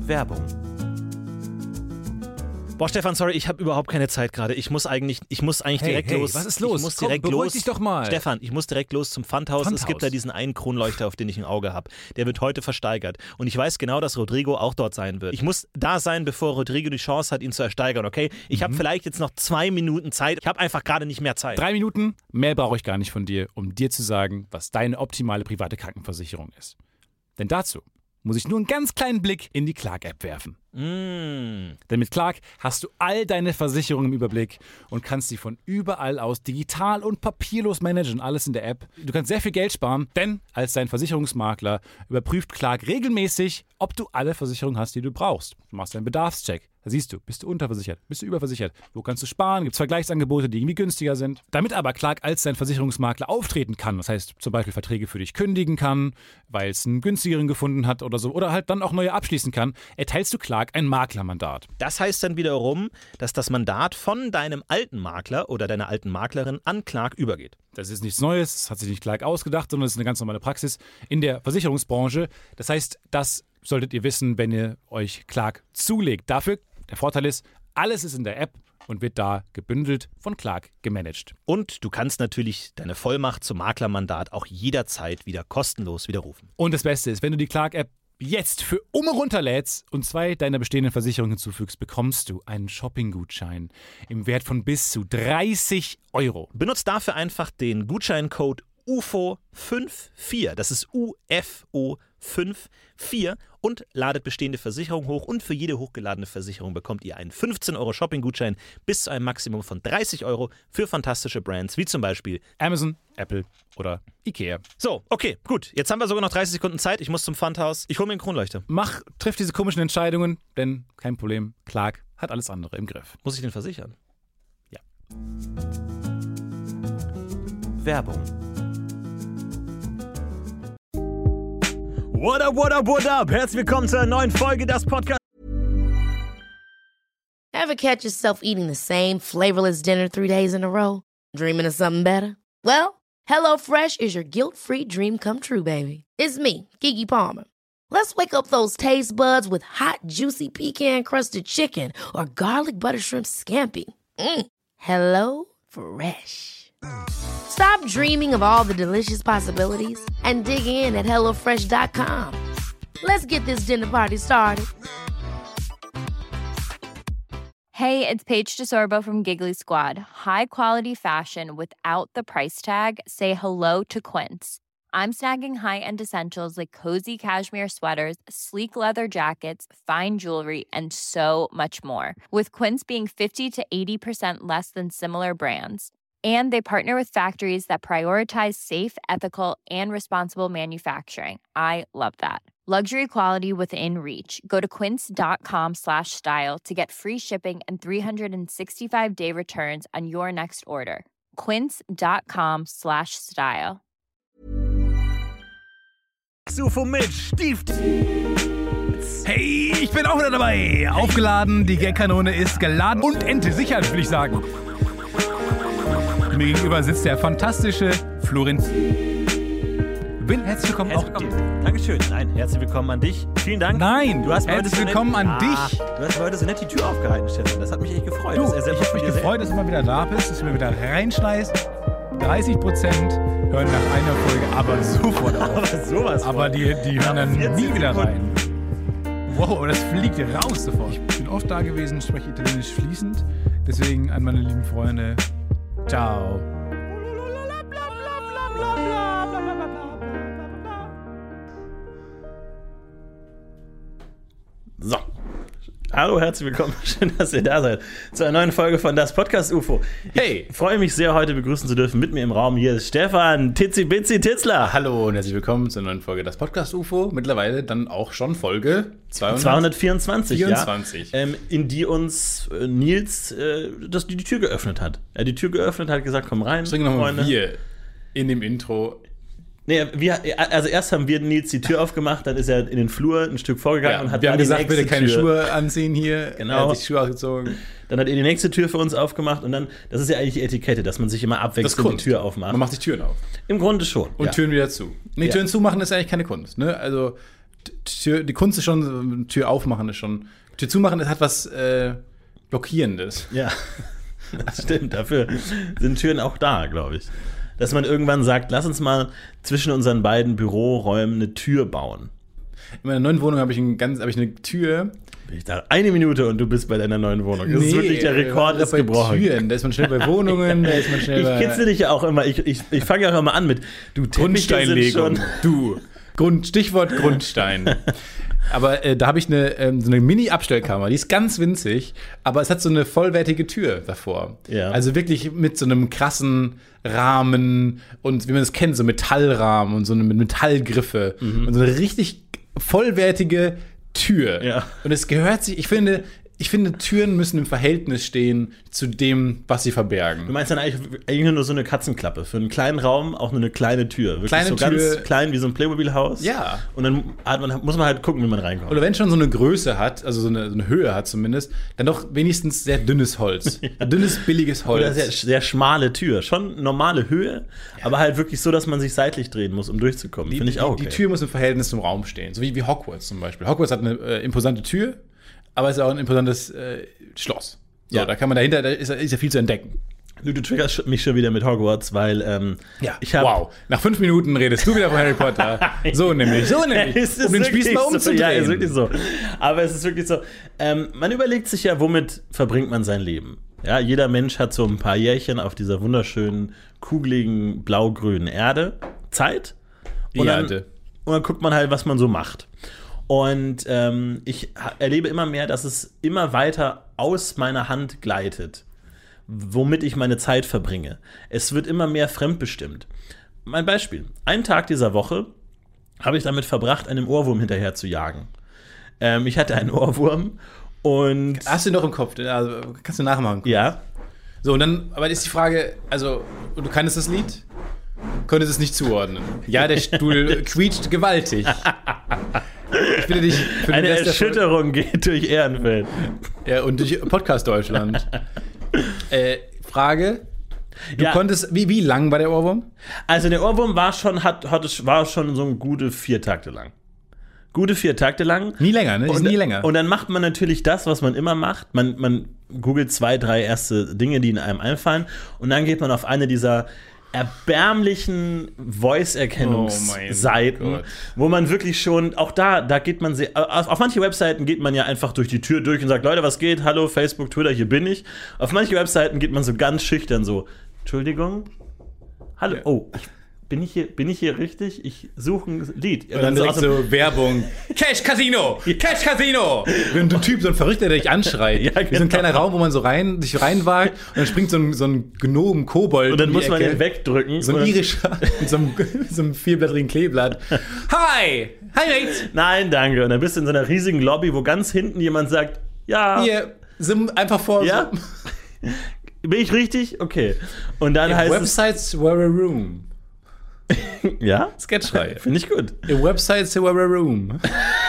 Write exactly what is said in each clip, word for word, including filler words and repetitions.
Werbung. Boah, Stefan, sorry, ich habe überhaupt keine Zeit gerade. Ich muss eigentlich, ich muss eigentlich hey, direkt hey, los. Was ist los? Ich muss Komm, direkt beruhig los. dich doch mal. Stefan, ich muss direkt los zum Pfandhaus. Pfandhaus. Es gibt da diesen einen Kronleuchter, auf den ich ein Auge habe. Der wird heute versteigert. Und ich weiß genau, dass Rodrigo auch dort sein wird. Ich muss da sein, bevor Rodrigo die Chance hat, ihn zu ersteigern, okay? Ich mhm. habe vielleicht jetzt noch zwei Minuten Zeit. Ich habe einfach gerade nicht mehr Zeit. Drei Minuten? Mehr brauche ich gar nicht von dir, um dir zu sagen, was deine optimale private Krankenversicherung ist. Denn dazu muss ich nur einen ganz kleinen Blick in die Clark-App werfen. Mm. Denn mit Clark hast du all deine Versicherungen im Überblick und kannst sie von überall aus digital und papierlos managen, alles in der App. Du kannst sehr viel Geld sparen, denn als dein Versicherungsmakler überprüft Clark regelmäßig, ob du alle Versicherungen hast, die du brauchst. Du machst einen Bedarfscheck. Da siehst du, bist du unterversichert, bist du überversichert, wo kannst du sparen, gibt es Vergleichsangebote, die irgendwie günstiger sind. Damit aber Clark als dein Versicherungsmakler auftreten kann, das heißt zum Beispiel Verträge für dich kündigen kann, weil es einen günstigeren gefunden hat oder so, oder halt dann auch neue abschließen kann, erteilst du Clark ein Maklermandat. Das heißt dann wiederum, dass das Mandat von deinem alten Makler oder deiner alten Maklerin an Clark übergeht. Das ist nichts Neues, das hat sich nicht Clark ausgedacht, sondern das ist eine ganz normale Praxis in der Versicherungsbranche. Das heißt, das solltet ihr wissen, wenn ihr euch Clark zulegt. Dafür, der Vorteil ist, alles ist in der App und wird da gebündelt von Clark gemanagt. Und du kannst natürlich deine Vollmacht zum Maklermandat auch jederzeit wieder kostenlos widerrufen. Und das Beste ist, wenn du die Clark-App jetzt für Umme runterlädst und zwei deiner bestehenden Versicherungen hinzufügst, bekommst du einen Shopping-Gutschein im Wert von bis zu dreißig Euro. Benutzt dafür einfach den Gutscheincode U F O vierundfünfzig, das ist U F O fünfundfünfzig, und ladet bestehende Versicherungen hoch, und für jede hochgeladene Versicherung bekommt ihr einen fünfzehn Euro Shopping-Gutschein bis zu einem Maximum von dreißig Euro für fantastische Brands wie zum Beispiel Amazon, Apple oder Ikea. So, okay, gut. Jetzt haben wir sogar noch dreißig Sekunden Zeit. Ich muss zum Pfandhaus. Ich hole mir einen Kronleuchter. Mach, triff diese komischen Entscheidungen, denn kein Problem, Clark hat alles andere im Griff. Muss ich den versichern? Ja. Werbung. What up, what up, what up? Herzlich willkommen zu einer neuen Folge des Podcasts. Ever catch yourself eating the same flavorless dinner three days in a row? Dreaming of something better? Well, HelloFresh is your guilt-free dream come true, baby. It's me, Keke Palmer. Let's wake up those taste buds with hot, juicy pecan-crusted chicken or garlic butter shrimp scampi. Mm. Hello Fresh. Stop dreaming of all the delicious possibilities and dig in at hello fresh dot com. Let's get this dinner party started. Hey, it's Paige DeSorbo from Giggly Squad. High quality fashion without the price tag. Say hello to Quince. I'm snagging high-end essentials like cozy cashmere sweaters, sleek leather jackets, fine jewelry, and so much more. With Quince being fifty to eighty percent less than similar brands. And they partner with factories that prioritize safe, ethical, and responsible manufacturing. I love that. Luxury quality within reach. Go to quince.com slash style to get free shipping and three sixty-five day returns on your next order. Quince.com slash style. U F O mit Stief. Hey, ich bin auch wieder dabei. Aufgeladen, die Gagkanone ist geladen und entsichert, würde ich sagen. Mir gegenüber sitzt der fantastische Florenz. Will, herzlich willkommen Herzlich auch willkommen. dir. Dankeschön. Nein, herzlich willkommen an dich. Vielen Dank. Nein, du hast mir herzlich heute so willkommen nett, an ah, dich. Du hast mir heute so nett die Tür aufgehalten, Stefan. Das hat mich echt gefreut. Du, dass er ich habe mich gefreut, dass du mal wieder da bist, dass du mir wieder reinschleißt. dreißig Prozent hören nach einer Folge aber sofort auf. Aber sowas. Aber die, die hören dann nie wieder rein. Wow, aber das fliegt raus sofort. Ich bin oft da gewesen, spreche Italienisch fließend. Deswegen an meine lieben Freunde, ciao. So. Hallo, herzlich willkommen. Schön, dass ihr da seid. Zu einer neuen Folge von Das Podcast U F O. Hey. Ich freue mich sehr, heute begrüßen zu dürfen. Mit mir im Raum hier ist Stefan Titzi Bitzi Titzler. Hallo und herzlich willkommen zur neuen Folge Das Podcast U F O. Mittlerweile dann auch schon Folge zweihundertvierundzwanzig, vierundzwanzig. Ja. Ähm, in die uns äh, Nils äh, das, die, die Tür geöffnet hat. Er hat die Tür geöffnet, hat gesagt, komm rein, Bring nochmal Freunde. wir in dem Intro. Nee, wir, also erst haben wir Nils die Tür aufgemacht, dann ist er in den Flur ein Stück vorgegangen Ja, und hat wir dann haben die gesagt, nächste bitte keine Tür, Schuhe anziehen hier. Genau. Er hat sich Schuhe ausgezogen. Dann hat er die nächste Tür für uns aufgemacht und dann, das ist ja eigentlich die Etikette, dass man sich immer abwechselnd die Tür aufmacht. Man macht die Türen auf. Im Grunde schon. Und ja. Türen wieder zu. Nee, Ja. Türen zumachen ist eigentlich keine Kunst. Ne? Also Tür, die Kunst ist schon, Tür aufmachen ist schon, Tür zumachen, das hat was äh, Blockierendes. Ja, das stimmt. Dafür sind Türen auch da, glaube ich. Dass man irgendwann sagt, lass uns mal zwischen unseren beiden Büroräumen eine Tür bauen. In meiner neuen Wohnung habe ich, ein ganz, hab ich eine Tür. Bin ich da eine Minute und du bist bei deiner neuen Wohnung. Das nee, ist wirklich der Rekord, ist gebrochen. Türen. Da ist man schnell bei Wohnungen, da ist man schnell bei... Ich kitzel dich ja auch immer, ich, ich, ich fange ja auch immer an mit, du Grundsteinlegung, schon du. Grund, Stichwort Grundstein. Aber äh, da habe ich eine, ähm, so eine Mini-Abstellkammer, die ist ganz winzig, aber es hat so eine vollwertige Tür davor. Ja. Also wirklich mit so einem krassen Rahmen und wie man es kennt, so Metallrahmen und so eine Metallgriffe mhm. und so eine richtig vollwertige Tür. Ja. Und es gehört sich, ich finde, ich finde, Türen müssen im Verhältnis stehen zu dem, was sie verbergen. Du meinst dann eigentlich, eigentlich nur so eine Katzenklappe. Für einen kleinen Raum auch nur eine kleine Tür. Wirklich kleine so Tür. Ganz klein wie so ein Playmobil-Haus. Ja. Und dann hat man, muss man halt gucken, wie man reinkommt. Oder wenn schon so eine Größe hat, also so eine, so eine Höhe hat zumindest, dann doch wenigstens sehr dünnes Holz. Ja. Dünnes, billiges Holz. Oder sehr, sehr schmale Tür. Schon normale Höhe, ja. aber halt wirklich so, dass man sich seitlich drehen muss, um durchzukommen. Finde ich auch okay. Die Tür muss im Verhältnis zum Raum stehen. So wie, wie Hogwarts zum Beispiel. Hogwarts hat eine äh, imposante Tür, aber es ist auch ein imposantes äh, Schloss. So, ja. Da kann man dahinter, da ist, ist ja viel zu entdecken. Du, du triggerst mich schon wieder mit Hogwarts, weil ähm, ja. ich hab wow, nach fünf Minuten redest du wieder von Harry Potter. So nämlich, so nämlich, ja, um den Spieß mal umzudrehen. So, ja, ist wirklich so. Aber es ist wirklich so, ähm, man überlegt sich ja, womit verbringt man sein Leben? Ja, jeder Mensch hat so ein paar Jährchen auf dieser wunderschönen, kugeligen, blau-grünen Erde Zeit. Und dann, und dann guckt man halt, was man so macht. Und ähm, ich erlebe immer mehr, dass es immer weiter aus meiner Hand gleitet, womit ich meine Zeit verbringe. Es wird immer mehr fremdbestimmt. Mein Beispiel. Einen Tag dieser Woche habe ich damit verbracht, einem Ohrwurm hinterher zu jagen. Ähm, ich hatte einen Ohrwurm und... Hast du ihn noch im Kopf? Also, kannst du nachmachen? Ja. So, und dann, aber ist die Frage, also, du kanntest das Lied? Konntest es nicht zuordnen? Ja, der Stuhl quietscht gewaltig. Ich bitte dich für Eine Erschütterung geht durch Ehrenfeld. Ja, und durch Podcast Deutschland. äh, Frage: Du ja. konntest, wie, wie lang war der Ohrwurm? Also, der Ohrwurm war schon, hat, hat, war schon so gute vier Takte lang. Gute vier Takte lang. Nie länger, ne? Ist und, nie länger. Und dann macht man natürlich das, was man immer macht. Man, man googelt zwei, drei erste Dinge, die in einem einfallen. Und dann geht man auf eine dieser erbärmlichen Voice-Erkennungsseiten, oh wo man wirklich schon, auch da, da geht man sehr, auf, auf manche Webseiten geht man ja einfach durch die Tür durch und sagt, Leute, was geht? Hallo, Facebook, Twitter, hier bin ich. Auf manche Webseiten geht man so ganz schüchtern so, Entschuldigung, hallo, oh, ich, bin ich hier, bin ich hier richtig? Ich suche ein Lied. Und dann so, direkt so Werbung. Cash Casino! Cash Casino! Wenn ein Typ, so ein Verrückter, der dich anschreit. Ja, genau. Wie so ein kleiner Raum, wo man so rein, sich reinwagt und dann springt so ein, so ein Gnom, Kobold. Und dann muss man den wegdrücken. So ein irischer mit so einem, so einem vierblättrigen Kleeblatt. Hi! Hi, Mate! Nein, danke. Und dann bist du in so einer riesigen Lobby, wo ganz hinten jemand sagt, ja. Hier, so einfach vor. Ja? So. Bin ich richtig? Okay. Und dann yeah, heißt Websites es, were a room. Ja? Sketchreihe. Finde ich gut. A websites were a room.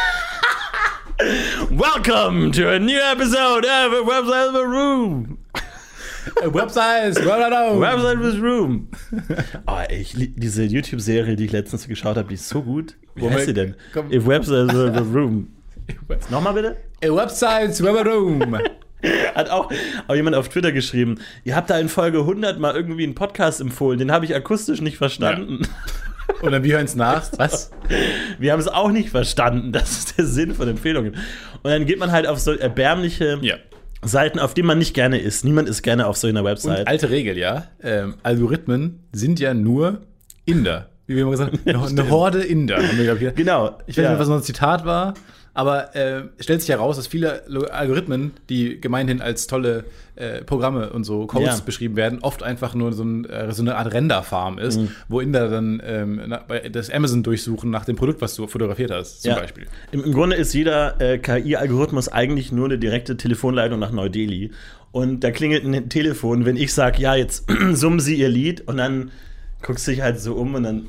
Welcome to a new episode of A Website with a Room. A websites were a room. Website with a Room. Oh, ich, diese YouTube-Serie, die ich letztens geschaut habe, die ist so gut. Wie Wo heißt sie denn? A Website with a Room. Nochmal bitte? A websites were a room. Hat auch, auch jemand auf Twitter geschrieben, ihr habt da in Folge hundert mal irgendwie einen Podcast empfohlen, den habe ich akustisch nicht verstanden. Ja. Und dann wir hören es nach. Was? Wir haben es auch nicht verstanden. Das ist der Sinn von Empfehlungen. Und dann geht man halt auf so erbärmliche ja. Seiten, auf denen man nicht gerne ist. Niemand ist gerne auf so einer Website. Und alte Regel, ja. Ähm, Algorithmen sind ja nur Inder. Wie wir immer gesagt haben, eine, eine Horde Inder. Haben wir, glaub ich, genau. Ich weiß ja. nicht, was noch ein Zitat war. Aber äh, stellt sich heraus, dass viele Algorithmen, die gemeinhin als tolle äh, Programme und so Codes ja. beschrieben werden, oft einfach nur so, ein, äh, so eine Art Renderfarm ist, mhm. wo Inder dann ähm, na, bei das Amazon durchsuchen nach dem Produkt, was du fotografiert hast, zum ja. Beispiel. Im, Im Grunde ist jeder äh, K I-Algorithmus eigentlich nur eine direkte Telefonleitung nach Neu-Delhi. Und da klingelt ein Telefon, wenn ich sage, ja, jetzt summen Sie Ihr Lied und dann guckst du dich halt so um und dann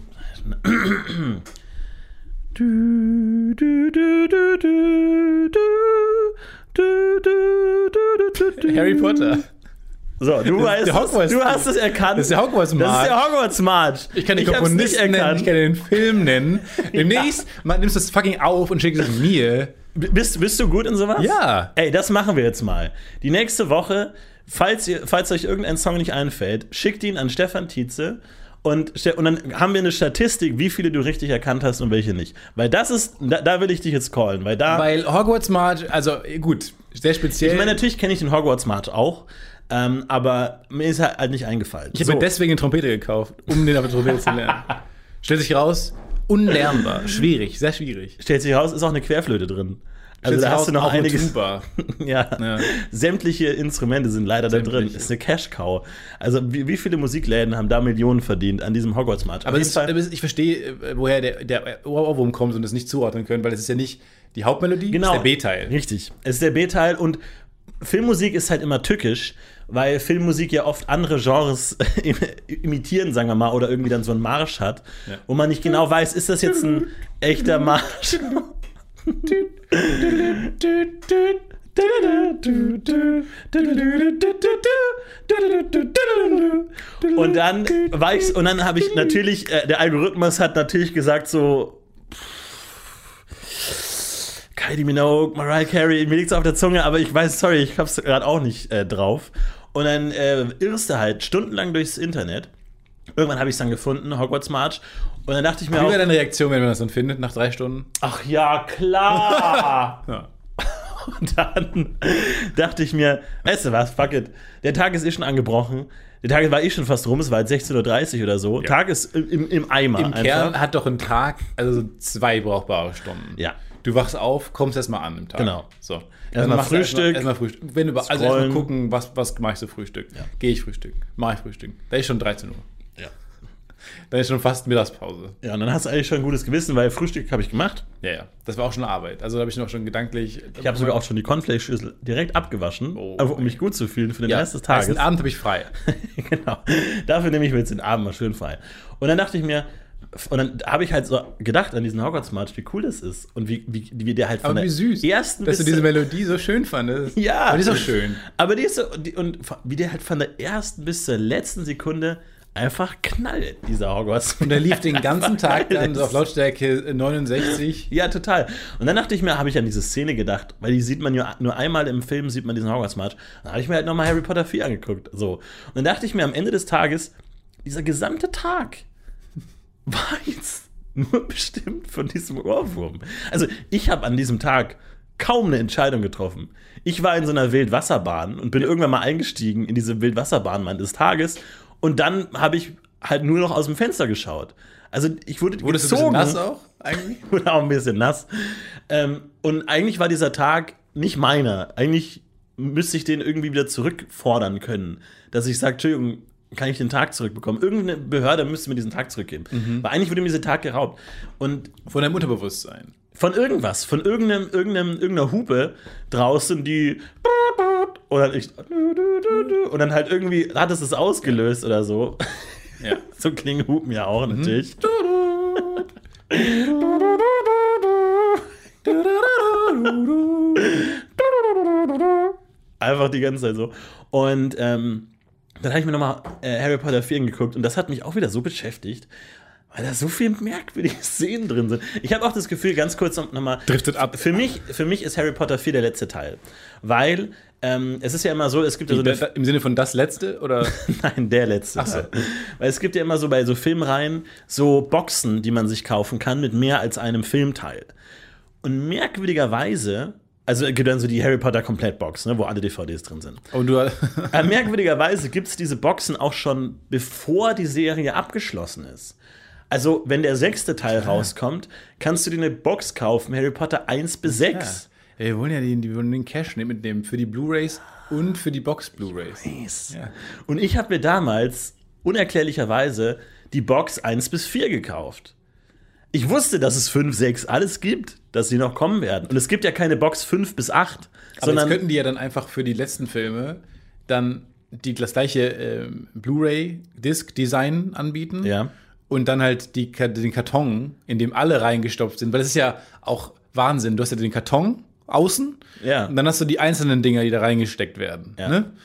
Du, du, du, du, du, du, du, du, du, du. Harry Potter. So, du weißt der Hogwarts- es, du hast es erkannt. Das ist der Hogwarts March. Das ist der Hogwarts March. Ich kann den hab's Komponisten nicht nennen, erkannt. ich kann den Film nennen. Demnächst man, nimmst du das fucking auf und schickst es mir. Bist, bist du gut in sowas? Ja. Ey, das machen wir jetzt mal. Die nächste Woche, falls, ihr, falls euch irgendein Song nicht einfällt, schickt ihn an Stefan Tietze. Und, und dann haben wir eine Statistik, wie viele du richtig erkannt hast und welche nicht. Weil das ist, da, da will ich dich jetzt callen. Weil da. Weil Hogwarts March, also gut, sehr speziell. Ich meine, natürlich kenne ich den Hogwarts March auch. Ähm, aber mir ist er halt nicht eingefallen. Ich habe so. mir deswegen eine Trompete gekauft, um den auf der Trompete zu lernen. Stellt sich raus, unlernbar, schwierig, sehr schwierig. Stellt sich raus, ist auch eine Querflöte drin. Also Stellt da sich hast du noch auch eine einiges. Tuba. ja. Ja. Sämtliche Instrumente sind leider Sämtliche. da drin. Ist eine Cash-Cow. Also wie, wie viele Musikläden haben da Millionen verdient an diesem Hogwarts March? Aber, es ist, aber ich verstehe, woher der, der Ohrwurm kommt und es nicht zuordnen können, weil es ist ja nicht die Hauptmelodie, Genau. es ist der B-Teil. Richtig. Es ist der B-Teil und Filmmusik ist halt immer tückisch, weil Filmmusik ja oft andere Genres imitieren, sagen wir mal, oder irgendwie dann so einen Marsch hat, Ja. wo man nicht genau weiß, ist das jetzt ein echter Marsch? Und dann war ich, und dann habe ich natürlich, äh, der Algorithmus hat natürlich gesagt so, Kylie Minogue, Mariah Carey, mir liegt's auf der Zunge, aber ich weiß, sorry, ich hab's gerade auch nicht äh, drauf. Und dann äh, irrst du halt stundenlang durchs Internet. Irgendwann habe ich es dann gefunden, Hogwarts March. Und dann dachte ich mir Wie auch, wäre deine Reaktion, wenn man das dann findet, nach drei Stunden? ach ja, klar. Ja. Und dann dachte ich mir, weißt du was, fuck it. Der Tag ist eh schon angebrochen. Der Tag war eh schon fast rum, es war jetzt sechzehn Uhr dreißig oder so. Ja. Tag ist im, im Eimer. Im einfach. Kern hat doch ein Tag, also so zwei brauchbare Stunden. Ja. Du wachst auf, kommst erstmal an im Tag. Genau. So. Erstmal Dann machst du Frühstück. Erstmal, erstmal Frühstück. Wenn du, also Scrollen. erstmal gucken, was, was mache ich so Frühstück. Ja. Gehe ich Frühstück? Mache ich Frühstück? Da ist schon dreizehn Uhr. Ja. Da ist schon fast Mittagspause. Ja, und dann hast du eigentlich schon ein gutes Gewissen, weil Frühstück habe ich gemacht. Ja, ja. Das war auch schon Arbeit. Also da habe ich noch schon gedanklich. Ich habe sogar auch schon die Cornflakes-Schüssel direkt abgewaschen, Oh, einfach um mich gut zu fühlen für den ja, Rest des Tages. Den Abend habe ich frei. Genau. Dafür nehme ich mir jetzt den Abend mal schön frei. Und dann dachte ich mir, und dann habe ich halt so gedacht an diesen Hogwarts March, wie cool das ist und wie, wie, wie der halt von Aber der wie süß, ersten dass du bis diese zur- Melodie so schön fandest. Ja. Aber die ist auch schön. Aber die ist so, die, und wie der halt von der ersten bis zur letzten Sekunde einfach knallt, dieser Hogwarts. Und der lief den ganzen Tag dann so auf Das- Lautstärke neunundsechzig. Ja, total. Und dann dachte ich mir, habe ich an diese Szene gedacht, weil die sieht man ja nur einmal im Film, sieht man diesen Hogwarts March. Dann habe ich mir halt nochmal Harry Potter vier angeguckt. So. Und dann dachte ich mir am Ende des Tages, dieser gesamte Tag war jetzt nur bestimmt von diesem Ohrwurm. Also ich habe an diesem Tag kaum eine Entscheidung getroffen. Ich war in so einer Wildwasserbahn und bin irgendwann mal eingestiegen in diese Wildwasserbahn des Tages und dann habe ich halt nur noch aus dem Fenster geschaut. Also ich wurde Wurdest du gezogen. ein bisschen nass auch eigentlich? Ich wurde auch ein bisschen nass. Ähm, und eigentlich war dieser Tag nicht meiner. Eigentlich müsste ich den irgendwie wieder zurückfordern können. Dass ich sage, Entschuldigung, kann ich den Tag zurückbekommen? Irgendeine Behörde müsste mir diesen Tag zurückgeben. Weil eigentlich wurde mir dieser Tag geraubt. Und Von deinem Unterbewusstsein. von irgendwas, von irgendeinem, irgendeinem, irgendeiner Hupe draußen, die oder ich und dann halt irgendwie hat es es ausgelöst oder so. Ja. So klingen Hupen ja auch natürlich. Einfach die ganze Zeit so. Und ähm, dann habe ich mir nochmal äh, Harry Potter vier angeguckt und das hat mich auch wieder so beschäftigt, weil da so viele merkwürdige Szenen drin sind. Ich habe auch das Gefühl, ganz kurz nochmal. Driftet ab. Für mich, für mich ist Harry Potter vier der letzte Teil. Weil ähm, es ist ja immer so, es gibt ja so eine. Da- Im Sinne von das letzte oder? Nein, der letzte. Ach so. Weil es gibt ja immer so bei so Filmreihen so Boxen, die man sich kaufen kann mit mehr als einem Filmteil. Und merkwürdigerweise, also es gibt dann so die Harry Potter Komplettbox, ne, wo alle D V Ds drin sind. Und du Aber merkwürdigerweise gibt es diese Boxen auch schon, bevor die Serie abgeschlossen ist. Also, wenn der sechste Teil rauskommt, kannst du dir eine Box kaufen, Harry Potter eins bis sechs. Ja, wir wollen ja den, die wollen den Cash nehmen mitnehmen für die Blu-Rays und für die Box Blu-Rays. Yes. Ja. Und ich habe mir damals unerklärlicherweise die Box eins bis vier gekauft. Ich wusste, dass es fünf, sechs alles gibt, dass sie noch kommen werden. Und es gibt ja keine Box fünf bis acht, Aber sondern jetzt könnten die ja dann einfach für die letzten Filme dann die, das gleiche ähm, Blu-ray-Disc-Design anbieten. Ja. Und dann halt die, den Karton, in dem alle reingestopft sind. Weil das ist ja auch Wahnsinn. Du hast ja den Karton außen Ja. und dann hast du die einzelnen Dinger, die da reingesteckt werden. Ja. Ne?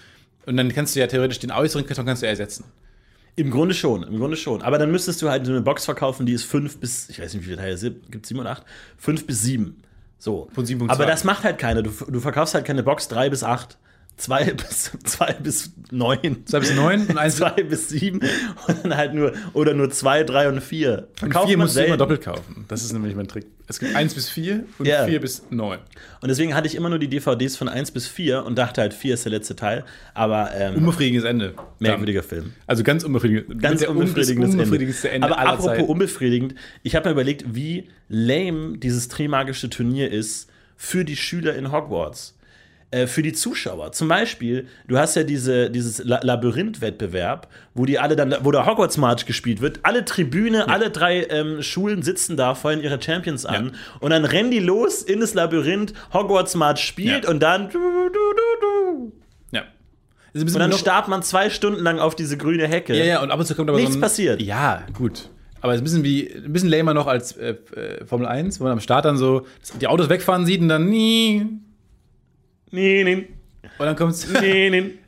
Und dann kannst du ja theoretisch den äußeren Karton kannst du ersetzen. Im Grunde schon, im Grunde schon. Aber dann müsstest du halt so eine Box verkaufen, die ist fünf bis, ich weiß nicht, wie viele Teile es gibt, sieben oder acht? Fünf bis sieben. So. Von sieben Punkt zwei. Aber das macht halt keiner. Du, du verkaufst halt keine Box drei bis acht. Zwei bis, zwei bis neun. Zwei bis neun und eins zwei bis sieben. Und dann halt nur, oder nur zwei, drei und vier. Und vier musst du immer doppelt kaufen. Das ist nämlich mein Trick. Es gibt eins bis vier und ja. vier bis neun. Und deswegen hatte ich immer nur die D V Ds von eins bis vier und dachte halt, vier ist der letzte Teil. Aber ähm, unbefriedigendes Ende. merkwürdiger Film. Also ganz unbefriedigend. Ganz unbefriedigendes Ende. unbefriedigendste Ende. Aber aller apropos Zeiten. unbefriedigend, ich habe mir überlegt, wie lame dieses Trimagische Turnier ist für die Schüler in Hogwarts. Äh, für die Zuschauer. Zum Beispiel, du hast ja diese, dieses La- Labyrinth-Wettbewerb, wo die alle dann, wo der Hogwarts-March gespielt wird. Alle Tribüne, ja. alle drei ähm, Schulen sitzen da, feuern ihre Champions an. Ja. Und dann rennen die los in das Labyrinth, Hogwarts-March spielt ja. und dann du, du, du, du. Ja. Und dann starrt man zwei Stunden lang auf diese grüne Hecke. Ja, ja, und ab und zu kommt aber nichts so ein, passiert. Ja, gut. Aber es ist ein bisschen wie ein bisschen lamer noch als äh, äh, Formel eins, wo man am Start dann so die Autos wegfahren sieht und dann nie. Nee, nee. Und dann kommt's. Nee, nee.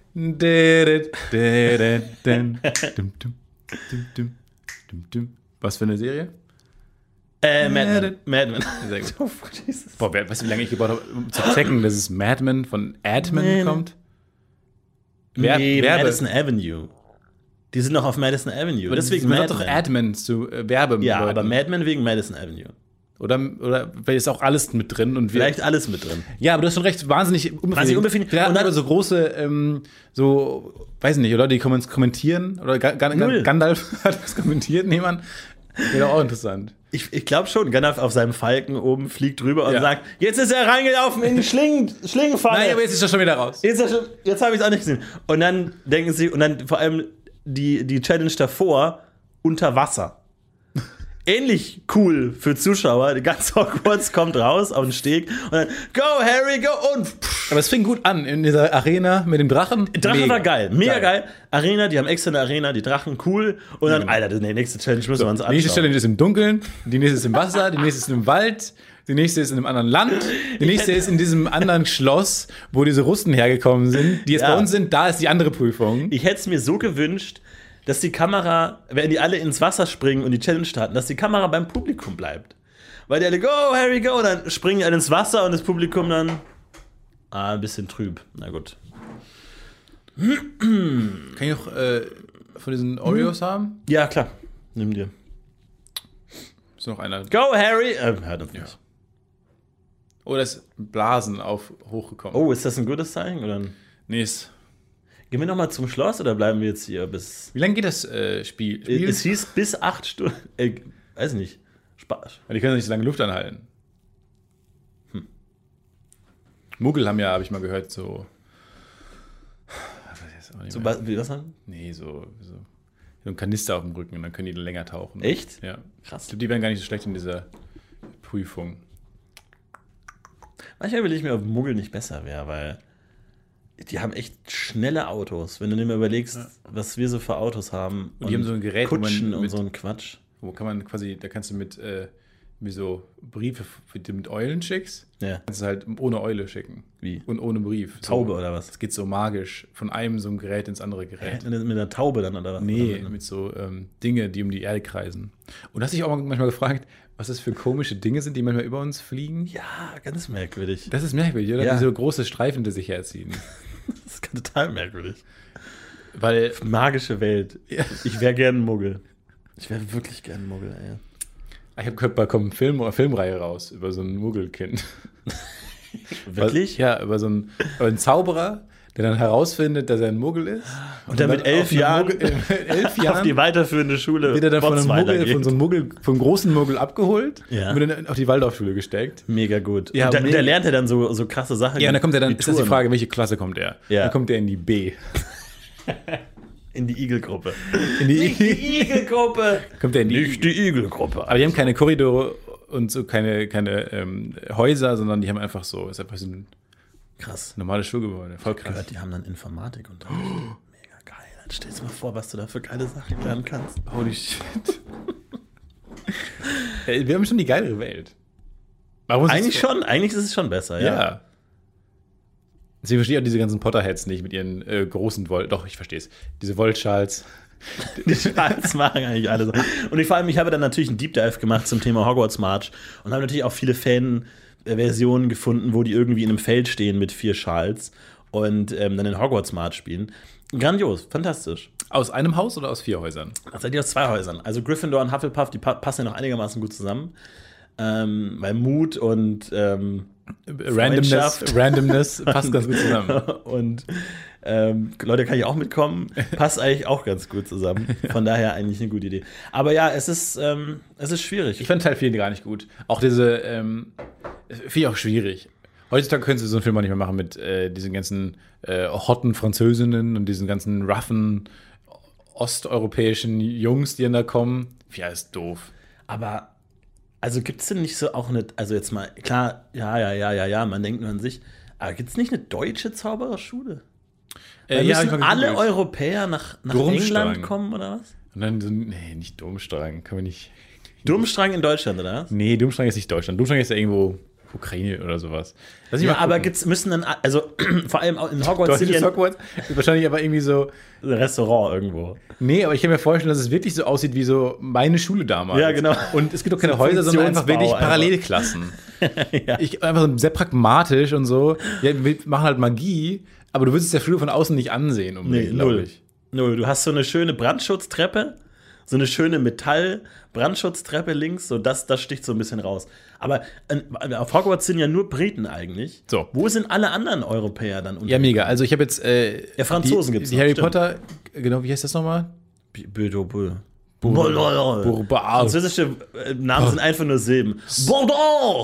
Was für eine Serie? Äh, Mad Men. Mad Men. Sehr gut. Oh, boah, weißt du, wie lange ich gebraucht habe, um zu checken, dass es Mad Men von Adman kommt? Wer, nee, Werbe. Madison Avenue. Die sind noch auf Madison Avenue. Aber deswegen Mad doch Adman zu äh, Werbe. Ja, aber Mad Men wegen Madison Avenue. Oder, oder vielleicht ist auch alles mit drin. Und vielleicht alles mit drin. Ja, aber du hast schon recht, wahnsinnig unbefriedigend. unbefriedigend. Und dann aber so große, ähm, so, weiß nicht, oder die kommentieren. Oder G- G- Gandalf hat das kommentiert, jemand. Wäre auch interessant. Ich, ich glaube schon, Gandalf auf seinem Falken oben fliegt rüber und ja. sagt, jetzt ist er reingelaufen in die Schlingen, Schlingenfalle. Nein, aber jetzt ist er schon wieder raus. Jetzt, jetzt habe ich es auch nicht gesehen. Und dann denken sie, und dann vor allem die, die Challenge davor, unter Wasser. Ähnlich cool für Zuschauer. Die ganze Hogwarts kommt raus auf den Steg und dann Go, Harry, go! Und pff. Aber es fing gut an in dieser Arena mit dem Drachen. Drache mega. war geil, mega geil. geil. Arena, die haben extra eine Arena, die Drachen, cool. Und dann, ja, Alter, die nächste Challenge müssen so, wir uns anschauen. Die nächste Challenge ist im Dunkeln, die nächste ist im Wasser, die nächste ist im Wald, die nächste ist in einem anderen Land, die nächste ist in diesem anderen Schloss, wo diese Russen hergekommen sind, die jetzt ja. bei uns sind. Da ist die andere Prüfung. Ich hätte es mir so gewünscht, dass die Kamera, wenn die alle ins Wasser springen und die Challenge starten, dass die Kamera beim Publikum bleibt. Weil die alle, go, Harry, go, dann springen die alle ins Wasser und das Publikum dann, ah, ein bisschen trüb. Na gut. Kann ich auch äh, von diesen Oreos hm. haben? Ja, klar. Nimm dir. Ist noch einer. Go, Harry! Äh, hört uns nicht. Ja. Oh, da ist Blasen auf hochgekommen. Oh, ist das ein gutes Zeichen? Oder? Nee, ist. Gehen wir nochmal zum Schloss oder bleiben wir jetzt hier bis. Wie lange geht das äh, Spiel? Spiel? Es hieß bis acht Stunden. Äh, weiß nicht. Spaß. Weil die können nicht so lange Luft anhalten. Hm. Muggel haben ja, habe ich mal gehört, so. So was, wie das haben? Nee, so, so. So ein Kanister auf dem Rücken und dann können die länger tauchen. Echt? Ja. Krass. Ich glaube, die wären gar nicht so schlecht in dieser Prüfung. Manchmal will ich mir, ob Muggel nicht besser wäre, weil. Die haben echt schnelle Autos. Wenn du dir mal überlegst, ja. was wir so für Autos haben. Und die haben so ein Gerät, Kutschen wo man mit, und so ein Quatsch. Wo kann man quasi, da kannst du mit, äh, wie so Briefe, die du mit Eulen schickst, ja. kannst du halt ohne Eule schicken. Wie? Und ohne Brief. Taube so, oder was? Das geht so magisch von einem so einem Gerät ins andere Gerät. Äh, mit einer Taube dann oder was? Nee, oder mit, mit so ähm, Dinge, die um die Erde kreisen. Und hast dich auch manchmal gefragt, was das für komische Dinge sind, die manchmal über uns fliegen? Ja, ganz merkwürdig. Das ist merkwürdig, oder? Ja. Die so große Streifen hinter sich herziehen. Das ist total merkwürdig. Weil magische Welt. Ja. Ich wäre gern ein Muggel. Ich wäre wirklich gern ein Muggel, ey. Ich habe gehört, da kommt eine Film, eine Filmreihe raus über so ein Muggelkind. Wirklich? Ja, über so einen, über einen Zauberer, der dann herausfindet, dass er ein Muggel ist. Und, und dann mit elf Jahren, Muggel, äh, elf Jahren auf die weiterführende Schule wird er dann von einem Muggel, von so einem Muggel, vom großen Muggel abgeholt, ja. und wird dann auf die Waldorfschule gesteckt. Mega gut. Ja, und da, mega. da lernt er dann so, so krasse Sachen. Ja, und dann kommt er dann, ist das die Frage, welche Klasse kommt er? Ja. Dann kommt er in die B. In die Igel-Gruppe. In die, Nicht die Igel-Gruppe. Kommt er in die Nicht die Igel-Gruppe. Aber die haben keine Korridore und so keine, keine ähm, Häuser, sondern die haben einfach so, ist einfach so ein krass normales Schulgebäude. Voll krass. Gehört, die haben dann Informatik unterrichtet. Oh. Mega geil. Dann stell dir mal vor, was du da für geile Sachen lernen kannst. Holy shit. Wir haben schon die geilere Welt. Warum eigentlich schon, eigentlich ist es schon besser, ja. Ja. Deswegen verstehe ich auch diese ganzen Potterheads nicht mit ihren äh, großen Woll... Doch, ich verstehe es. Diese Wollschals. Die Schals machen eigentlich alles. Und ich, vor allem, ich habe dann natürlich einen Deep Dive gemacht zum Thema Hogwarts March und habe natürlich auch viele Fan-Versionen gefunden, wo die irgendwie in einem Feld stehen mit vier Schals und ähm, dann den Hogwarts March spielen. Grandios, fantastisch. Aus einem Haus oder aus vier Häusern? Tatsächlich aus zwei Häusern. Also Gryffindor und Hufflepuff, die pa- passen ja noch einigermaßen gut zusammen. Ähm, weil Mut und ähm, Randomness, Randomness passt ganz gut zusammen. Und ähm, Leute, kann ich auch mitkommen? Passt eigentlich auch ganz gut zusammen. Von daher eigentlich eine gute Idee. Aber ja, es ist, ähm, es ist schwierig. Ich fand Teil vier gar nicht gut. Auch diese, ähm, finde ich auch schwierig. Heutzutage können sie so einen Film auch nicht mehr machen mit äh, diesen ganzen äh, hotten Französinnen und diesen ganzen roughen osteuropäischen Jungs, die dann da kommen. Ja, ist doof. Aber, also gibt es denn nicht so auch eine, also jetzt mal, klar, ja, ja, ja, ja, ja, man denkt nur an sich, aber gibt es nicht eine deutsche Zaubererschule? Äh, ja, müssen alle Europäer nach, nach England kommen, oder was? Und dann so, nee, nicht Durmstrang, können wir nicht. Durmstrang in Deutschland, oder was? Nee, Durmstrang ist nicht Deutschland. Durmstrang ist ja irgendwo Ukraine oder sowas. Lass ja, aber gibt's, müssen dann, also vor allem auch in Hogwarts sind ja Hogwarts ist wahrscheinlich aber irgendwie so ein Restaurant irgendwo. Nee, aber ich kann mir vorstellen, dass es wirklich so aussieht wie so meine Schule damals. Ja, genau. Und es gibt doch keine so Häuser, sondern einfach wirklich Parallelklassen. Ja. Ich einfach so sehr pragmatisch und so. Ja, wir machen halt Magie, aber du würdest es der Schule von außen nicht ansehen, unbedingt, nee, null. Ich. Null. Du hast so eine schöne Brandschutztreppe, so eine schöne Metall-Brandschutztreppe links, so das, das sticht so ein bisschen raus. Aber äh, auf Hogwarts sind ja nur Briten eigentlich. So. Wo sind alle anderen Europäer dann? Ja, mega. Also ich habe jetzt äh, ja, Franzosen die, gibt's die noch, Harry stimmt. Potter, genau, wie heißt das nochmal? Bordeaux. Bordeaux. Französische Namen sind einfach nur Silben. Bordeaux!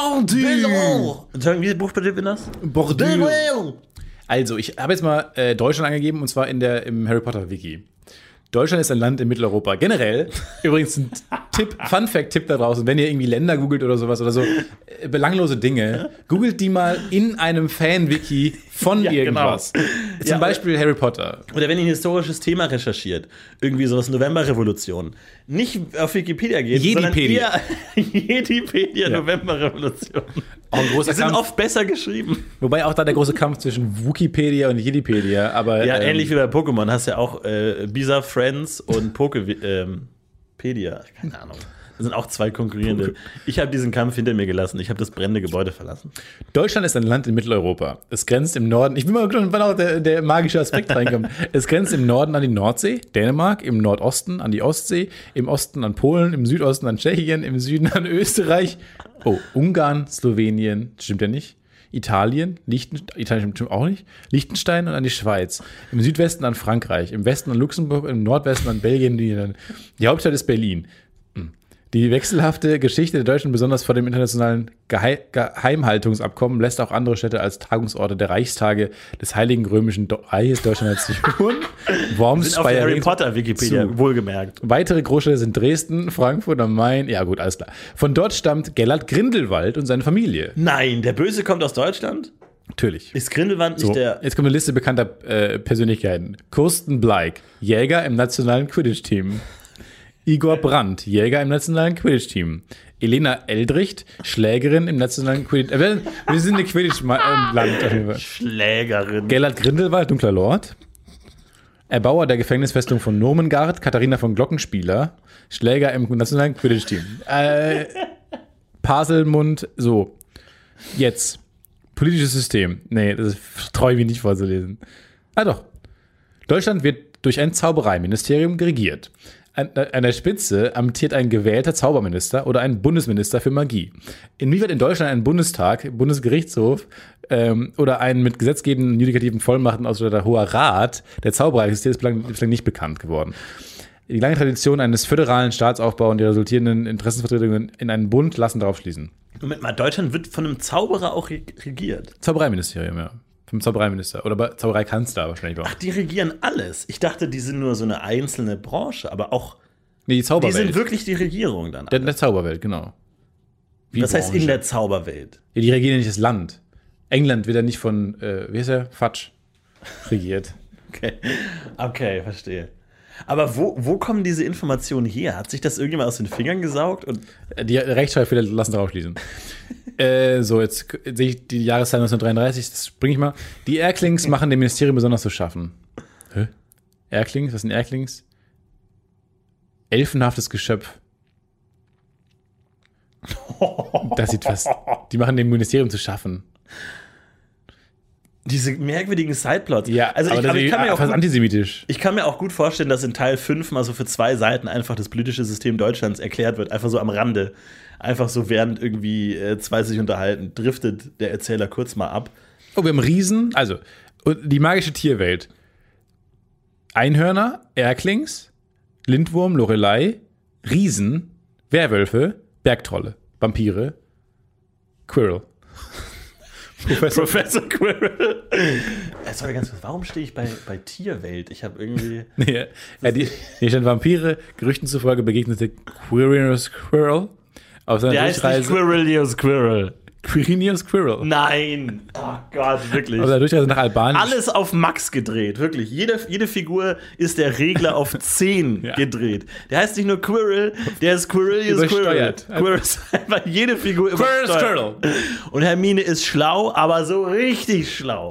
Bordeaux! Wie buchstabiert das? Bordeaux. Also, ich habe jetzt mal äh, Deutschland angegeben, und zwar in der, im Harry Potter Wiki. Deutschland ist ein Land in Mitteleuropa. Generell, übrigens ein Tipp, Fun-Fact-Tipp da draußen, wenn ihr irgendwie Länder googelt oder sowas oder so, äh, belanglose Dinge, googelt die mal in einem Fan-Wiki von ja, irgendwas. Genau. Zum ja, Beispiel Harry Potter. Oder wenn ihr ein historisches Thema recherchiert, irgendwie sowas Novemberrevolution, nicht auf Wikipedia geht, Jedipedia. sondern eher Jedipedia ja. Novemberrevolution. Auch ein großer Die sind Kampf. Oft besser geschrieben. Wobei auch da der große Kampf zwischen Wikipedia und Jedipedia, aber ja, ähm, ähnlich wie bei Pokémon hast du ja auch äh, Bisa Friends und Pokepedia. Ähm, Keine Ahnung. Das sind auch zwei konkurrierende. Ich habe diesen Kampf hinter mir gelassen. Ich habe das brennende Gebäude verlassen. Deutschland ist ein Land in Mitteleuropa. Es grenzt im Norden, ich bin mal gespannt, wann auch der, der magische Aspekt reinkommt. Es grenzt im Norden an die Nordsee, Dänemark, im Nordosten an die Ostsee, im Osten an Polen, im Südosten an Tschechien, im Süden an Österreich. Oh, Ungarn, Slowenien, stimmt ja nicht. Italien, Liechtenstein, Italien stimmt auch nicht. Liechtenstein und an die Schweiz. Im Südwesten an Frankreich, im Westen an Luxemburg, im Nordwesten an Belgien. Die Hauptstadt ist Berlin. Die wechselhafte Geschichte der Deutschen, besonders vor dem internationalen Geheim- Geheimhaltungsabkommen, lässt auch andere Städte als Tagungsorte der Reichstage des Heiligen Römischen Reiches Deutschland Nation, Worms, sind auf der Harry Potter Wikipedia, zu. Wohlgemerkt. Weitere Großstädte sind Dresden, Frankfurt am Main. Ja gut, alles klar. Von dort stammt Gellert Grindelwald und seine Familie. Nein, der Böse kommt aus Deutschland? Natürlich. Ist Grindelwald nicht So, der... jetzt kommt eine Liste bekannter äh, Persönlichkeiten. Kirsten Bleik, Jäger im nationalen Quidditch-Team. Igor Brandt, Jäger im nationalen Quidditch-Team. Elena Eldricht, Schlägerin im nationalen Quidditch. Äh, wir sind eine Quidditch-Land. Schlägerin. Gellert Grindelwald, Dunkler Lord. Erbauer der Gefängnisfestung von Nurmengard, Katharina von Glockenspieler, Schläger im nationalen Quidditch-Team. Äh, Paselmund, so. Jetzt. Politisches System. Nee, das traue ich mich nicht vorzulesen. Ah doch. Deutschland wird durch ein Zaubereiministerium regiert. An, an der Spitze amtiert ein gewählter Zauberminister oder ein Bundesminister für Magie. Inwieweit in Deutschland ein Bundestag, Bundesgerichtshof ähm, oder ein mit gesetzgebenden, judikativen Vollmachten ausgestatteter Hoher Rat der Zauberer existiert, ist bislang, bislang nicht bekannt geworden. Die lange Tradition eines föderalen Staatsaufbaus und die resultierenden Interessenvertretungen in einen Bund lassen darauf schließen. Moment mal, Deutschland wird von einem Zauberer auch regiert. Zaubereiministerium, ja. Vom Zaubereiminister. Oder bei Zaubereikanzler wahrscheinlich auch. Ach, die regieren alles. Ich dachte, die sind nur so eine einzelne Branche, aber auch. Nee, die Zauberwelt. Die sind wirklich die Regierung dann. Der, der Zauberwelt, genau. Wie das heißt in der Zauberwelt. Ja, die regieren ja nicht das Land. England wird ja nicht von, äh, wie heißt der? Fatsch regiert. Okay. Okay, verstehe. Aber wo, wo kommen diese Informationen her? Hat sich das irgendjemand aus den Fingern gesaugt? Und Die Rechtschreibfehler lassen darauf schließen. äh, so, jetzt sehe ich die Jahreszahl neunzehnhundertdreiunddreißig, das bringe ich mal. Die Erklings machen dem Ministerium besonders zu schaffen. Hä? Erklings? Was sind Erklings? Elfenhaftes Geschöpf. Das sieht fast. Die machen dem Ministerium zu schaffen. diese merkwürdigen Sideplots. Ja, also ich, aber aber ich, kann mir auch fast gut, antisemitisch. ich kann mir auch gut vorstellen, dass in Teil fünf mal so für zwei Seiten einfach das politische System Deutschlands erklärt wird. Einfach so am Rande. Einfach so, während irgendwie äh, zwei sich unterhalten, driftet der Erzähler kurz mal ab. Oh, wir haben Riesen, also die magische Tierwelt. Einhörner, Erklings, Lindwurm, Lorelei, Riesen, Werwölfe, Bergtrolle, Vampire, Quirrell. Professor, Professor Quirrell. Äh, sorry, ganz kurz, warum stehe ich bei, bei Tierwelt? Ich habe irgendwie. nee, ja, die, hier stand Vampire, Gerüchten zufolge begegnete Quirinius Quirrell auf seiner Der heißt nicht Durchreise. Quirinius Quirrell. Quirinius Quirrell. Nein. Oh Gott, wirklich. Auf seiner Durchreise nach Albanien. Alles auf Max gedreht, wirklich. Jede, jede Figur ist der Regler auf zehn Ja. gedreht. Der heißt nicht nur Quirrell, der ist Quirinius Quirrell. Übersteuert. Quirrell ist einfach jede Figur Quirrell's übersteuert. Quirrell. Und Hermine ist schlau, aber so richtig schlau.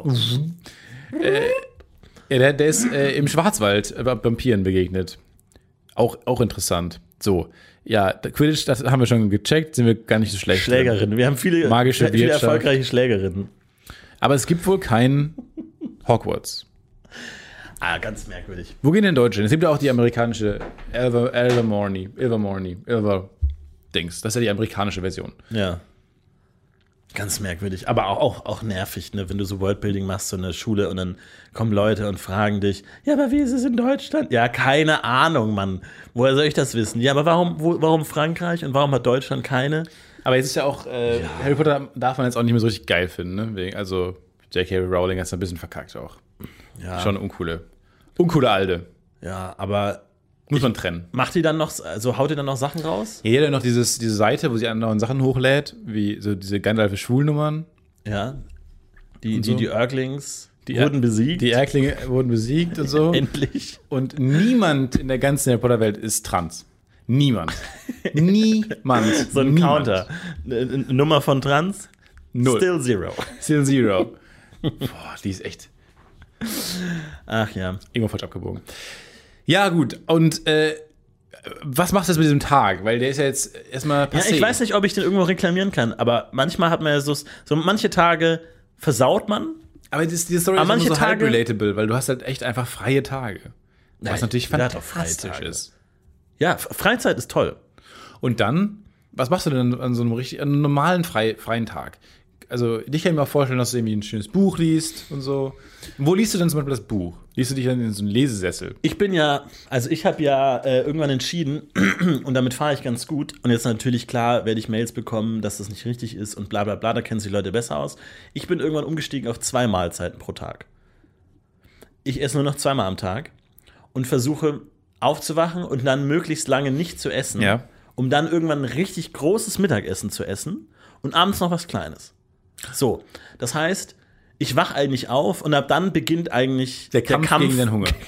Ja, der, der ist äh, im Schwarzwald äh, Vampiren begegnet. Auch, auch interessant. So, ja, Quidditch, das haben wir schon gecheckt, sind wir gar nicht so schlecht. Schlägerinnen. Wir haben viele, Magische viele Wirtschaft. erfolgreiche Schlägerinnen. Aber es gibt wohl kein Hogwarts. Ah, ganz merkwürdig. Wo gehen denn Deutsche hin? Es gibt ja auch die amerikanische Ilver- Ilvermorny, Ilvermorny, Ilver-Dings. Das ist ja die amerikanische Version. Ja. Ganz merkwürdig. Aber auch, auch, auch nervig, ne? Wenn du so Worldbuilding machst, so in der Schule und dann kommen Leute und fragen dich, ja, aber wie ist es in Deutschland? Ja, keine Ahnung, Mann. Woher soll ich das wissen? Ja, aber warum, wo, warum Frankreich und warum hat Deutschland keine? Aber jetzt ist ja auch, äh, ja. Harry Potter darf man jetzt auch nicht mehr so richtig geil finden, ne? Wegen, also J K Rowling hat es ein bisschen verkackt auch. Ja, Schon uncoole. Uncoole Alde. ja, aber Muss man trennen. macht die dann noch, also haut die dann noch Sachen raus? Hier hat ja noch dieses, diese Seite, wo sie anderen Sachen hochlädt, wie so diese Gandalf für Schwulnummern. Ja. Die, so. die, die Erklings Die wurden Er- besiegt. Die Erklinge wurden besiegt und so. Endlich. Und niemand in der ganzen Harry Potter-Welt ist trans. Niemand. Niemand. So ein Niemand. Counter. Eine eine Nummer von Trans? Null. Still zero. Still Zero. Boah, die ist echt Ach ja. irgendwo falsch abgebogen. Ja, gut. Und äh, was machst du jetzt mit diesem Tag? Weil der ist ja jetzt erstmal Ja, passé. ich weiß nicht, ob ich den irgendwo reklamieren kann, aber manchmal hat man ja so, so manche Tage versaut man. Aber das, die Story Aber ist immer manche so halb Tage- relatable, weil du hast halt echt einfach freie Tage. Was Nein, natürlich jeder hat auch freie fantastisch Tage. ist. Ja, F- Freizeit ist toll. Und dann, was machst du denn an so einem richtig, an einem normalen frei, freien Tag? Also, dich kann ich mir auch vorstellen, dass du irgendwie ein schönes Buch liest und so. Wo liest du denn zum Beispiel das Buch? Liest du dich dann in so einen Lesesessel? Ich bin ja, also ich habe ja äh, irgendwann entschieden und damit fahre ich ganz gut. Und jetzt natürlich klar, werde ich Mails bekommen, dass das nicht richtig ist und bla bla bla, da kennen sich die Leute besser aus. Ich bin irgendwann umgestiegen auf zwei Mahlzeiten pro Tag. Ich esse nur noch zweimal am Tag und versuche aufzuwachen und dann möglichst lange nicht zu essen, Ja. um dann irgendwann ein richtig großes Mittagessen zu essen und abends noch was Kleines. So, das heißt, ich wach eigentlich auf und ab dann beginnt eigentlich Der Kampf, gegen den Hunger.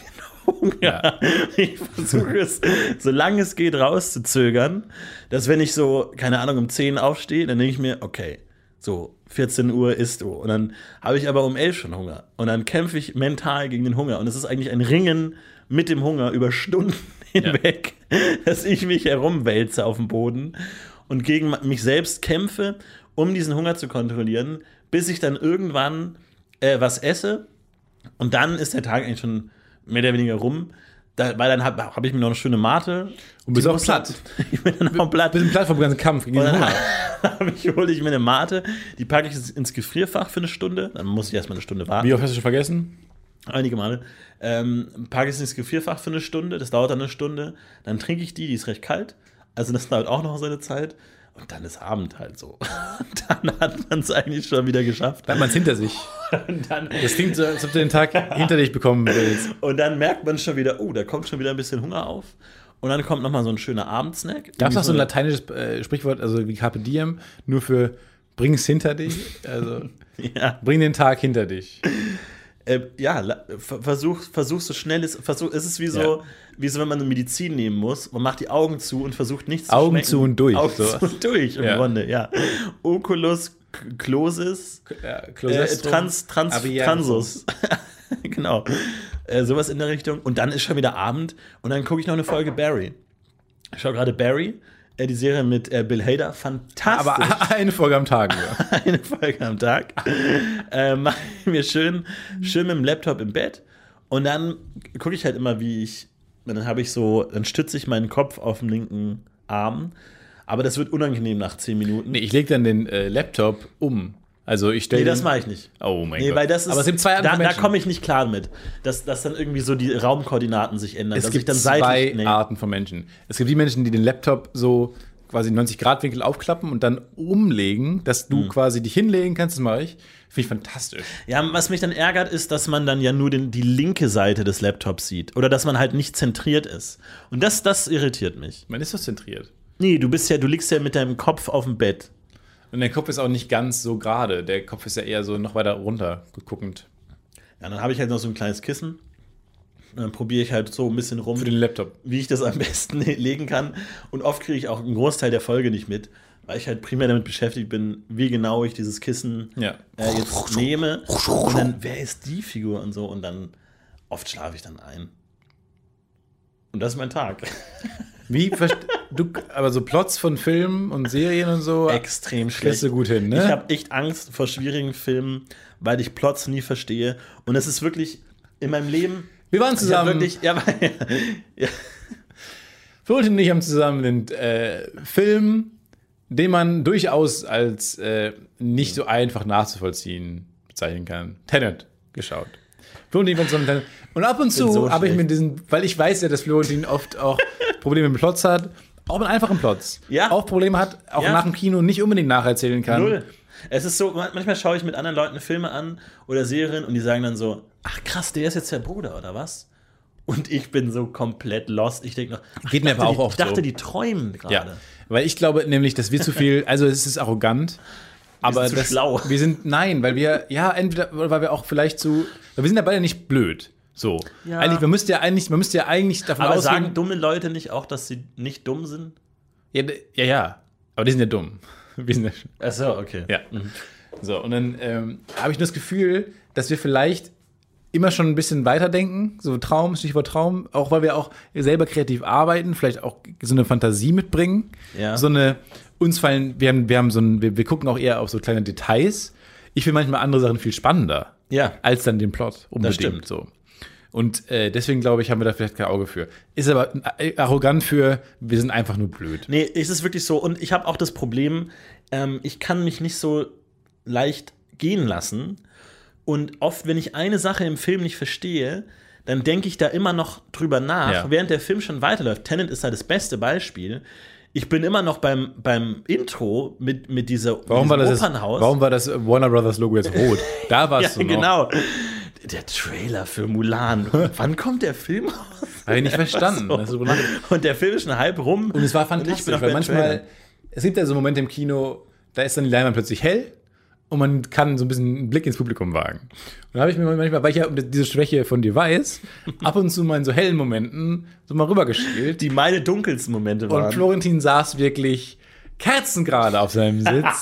Ja. Ich versuche es, solange es geht, rauszuzögern, dass wenn ich so, keine Ahnung, um zehn aufstehe, dann denke ich mir, okay, so vierzehn Uhr isst du. Und dann habe ich aber um elf schon Hunger. Und dann kämpfe ich mental gegen den Hunger. Und es ist eigentlich ein Ringen mit dem Hunger über Stunden hinweg, dass ich mich herumwälze auf dem Boden und gegen mich selbst kämpfe, um diesen Hunger zu kontrollieren, bis ich dann irgendwann äh, was esse. Und dann ist der Tag eigentlich schon mehr oder weniger rum. Da, weil dann habe hab ich mir noch eine schöne Mate. Und bist Die auch muss platt. dann- Ich bin dann auch platt. Bisschen platt vom ganzen Kampf gegen Und den dann Hunger. hab ich, hole ich mir eine Mate, die packe ich ins Gefrierfach für eine Stunde. Dann muss ich erstmal eine Stunde warten. Wie oft hast du schon vergessen? Einige Male. Ähm, packe ich es ins Gefrierfach für eine Stunde. Das dauert dann eine Stunde. Dann trinke ich die, die ist recht kalt. Also das dauert auch noch seine Zeit. Und dann ist Abend halt so. Dann hat man es eigentlich schon wieder geschafft. Da hat man es hinter sich. Und dann, Das klingt so, als ob du den Tag hinter dich bekommen willst. und dann merkt man schon wieder, oh, da kommt schon wieder ein bisschen Hunger auf. Und dann kommt noch mal so ein schöner Abendsnack. Gab es noch so ein eine lateinisches äh, Sprichwort, also wie Carpe Diem, nur für bring es hinter dich? Also Ja. bring den Tag hinter dich. Äh, ja, la- ver- versuch, versuch so schnell es versuch, es ist wie so, Ja. wie so, wenn man eine Medizin nehmen muss. Man macht die Augen zu und versucht nichts Augen zu schmecken. zu und durch, Augen so. zu und durch im Ja. Grunde, ja. Oculus K- Closis, Ja, äh, Trans, Trans, Transus. Genau. Äh, sowas in der Richtung. Und dann ist schon wieder Abend und dann gucke ich noch eine Folge Barry. Ich schaue gerade Barry, äh, die Serie mit äh, Bill Hader. Fantastisch. Aber eine Folge am Tag. Ja. Eine Folge am Tag. äh, mache ich mir schön, schön mit dem Laptop im Bett. Und dann gucke ich halt immer, wie ich, dann habe ich so, dann stütze ich meinen Kopf auf den linken Arm. Aber das wird unangenehm nach zehn Minuten. Nee, ich lege dann den äh, Laptop um. Also ich stelle. Nee, das mache ich nicht. Oh mein Nee, Gott. weil das ist, Aber es gibt zwei Arten da, von da Menschen. komme ich nicht klar mit, dass, dass dann irgendwie so die Raumkoordinaten sich ändern. Es dass gibt ich dann zwei seitlich, nee. Arten von Menschen. Es gibt die Menschen, die den Laptop so quasi neunzig Grad Winkel aufklappen und dann umlegen, dass du Mhm. quasi dich hinlegen kannst. Das mache ich. Finde ich fantastisch. Ja, was mich dann ärgert, ist, dass man dann ja nur den, die linke Seite des Laptops sieht. Oder dass man halt nicht zentriert ist. Und das, das irritiert mich. Man ist so zentriert. Nee, du bist ja, du liegst ja mit deinem Kopf auf dem Bett. Und der Kopf ist auch nicht ganz so gerade. Der Kopf ist ja eher so noch weiter runter guckend. Ja, dann habe ich halt noch so ein kleines Kissen. Und dann probiere ich halt so ein bisschen rum, Für den Laptop. wie ich das am besten legen kann. Und oft kriege ich auch einen Großteil der Folge nicht mit, weil ich halt primär damit beschäftigt bin, wie genau ich dieses Kissen Ja. äh, jetzt nehme. Und dann, wer ist die Figur und so. Und dann, oft schlafe ich dann ein. Und das ist mein Tag. Wie, verst- du, aber so Plots von Filmen und Serien und so. Extrem Kriegst schlecht. du gut hin, ne? Ich habe echt Angst vor schwierigen Filmen, weil ich Plots nie verstehe. Und es ist wirklich in meinem Leben. Wir waren Ich hab zusammen. wirklich, ja, weil- ja, Florentin und ich haben zusammen den äh, Film, den man durchaus als äh, nicht so einfach nachzuvollziehen bezeichnen kann, Tenet, geschaut. Florentin war zusammen Tenet. Und ab und bin zu so habe ich schlecht. mit diesen, weil ich weiß ja, dass Florentin oft auch Probleme mit Plots hat, auch mit einfachen Plots. Ja. Auch Probleme hat, auch Ja. nach dem Kino nicht unbedingt nacherzählen kann. null. Es ist so, manchmal schaue ich mit anderen Leuten Filme an oder Serien und die sagen dann so: Ach krass, der ist jetzt der Bruder, oder was? Und ich bin so komplett lost. Ich denke noch, ach, Geht mir ich dachte, aber auch die, oft ich dachte, so. die träumen gerade. Ja, weil ich glaube nämlich, dass wir zu viel, also es ist arrogant, aber sind zu das, schlau. wir sind, nein, weil wir, ja, entweder, oder weil wir auch vielleicht zu, weil wir sind ja beide nicht blöd. So. Ja. Eigentlich, man müsste ja eigentlich, man müsste ja eigentlich davon Aber ausgehen. sagen dumme Leute nicht auch, dass sie nicht dumm sind? ja, d- ja, ja, aber die sind ja dumm. Wir sind ja, Ach so, okay. ja. So, und dann ähm, habe ich nur das Gefühl, dass wir vielleicht immer schon ein bisschen weiterdenken, so Traum, Stichwort Traum, auch weil wir auch selber kreativ arbeiten, vielleicht auch so eine Fantasie mitbringen. Ja. So eine, uns fallen, wir haben, wir haben so ein, wir, wir gucken auch eher auf so kleine Details. Ich finde manchmal andere Sachen viel spannender, Ja. als dann den Plot unbedingt stimmt. so. Und äh, deswegen glaube ich, haben wir da vielleicht kein Auge für. Ist aber äh, arrogant für, wir sind einfach nur blöd. Nee, es ist wirklich so. Und ich habe auch das Problem, ähm, ich kann mich nicht so leicht gehen lassen. Und oft, wenn ich eine Sache im Film nicht verstehe, dann denke ich da immer noch drüber nach, Ja. während der Film schon weiterläuft. Tenet ist da das beste Beispiel. Ich bin immer noch beim, beim Intro mit, mit dieser Warum mit war, diesem das jetzt, Opernhaus. warum war das Warner Brothers Logo jetzt rot? Da warst ja, du noch. genau. Der Trailer für Mulan. Wann kommt der Film raus? Habe ich nicht verstanden. So. Hast du drüber nachgedacht? Und der Film ist schon halb rum. Und es war ich bin fantastisch, auf weil dem manchmal, Trailer. es gibt ja so Momente im Kino, da ist dann die Leinwand plötzlich hell und man kann so ein bisschen einen Blick ins Publikum wagen. Und da habe ich mir manchmal, weil ich ja diese Schwäche von dir weiß, ab und zu mal in so hellen Momenten so mal rübergespielt. Die meine dunkelsten Momente Und waren. Florentin saß wirklich kerzengerade auf seinem Sitz,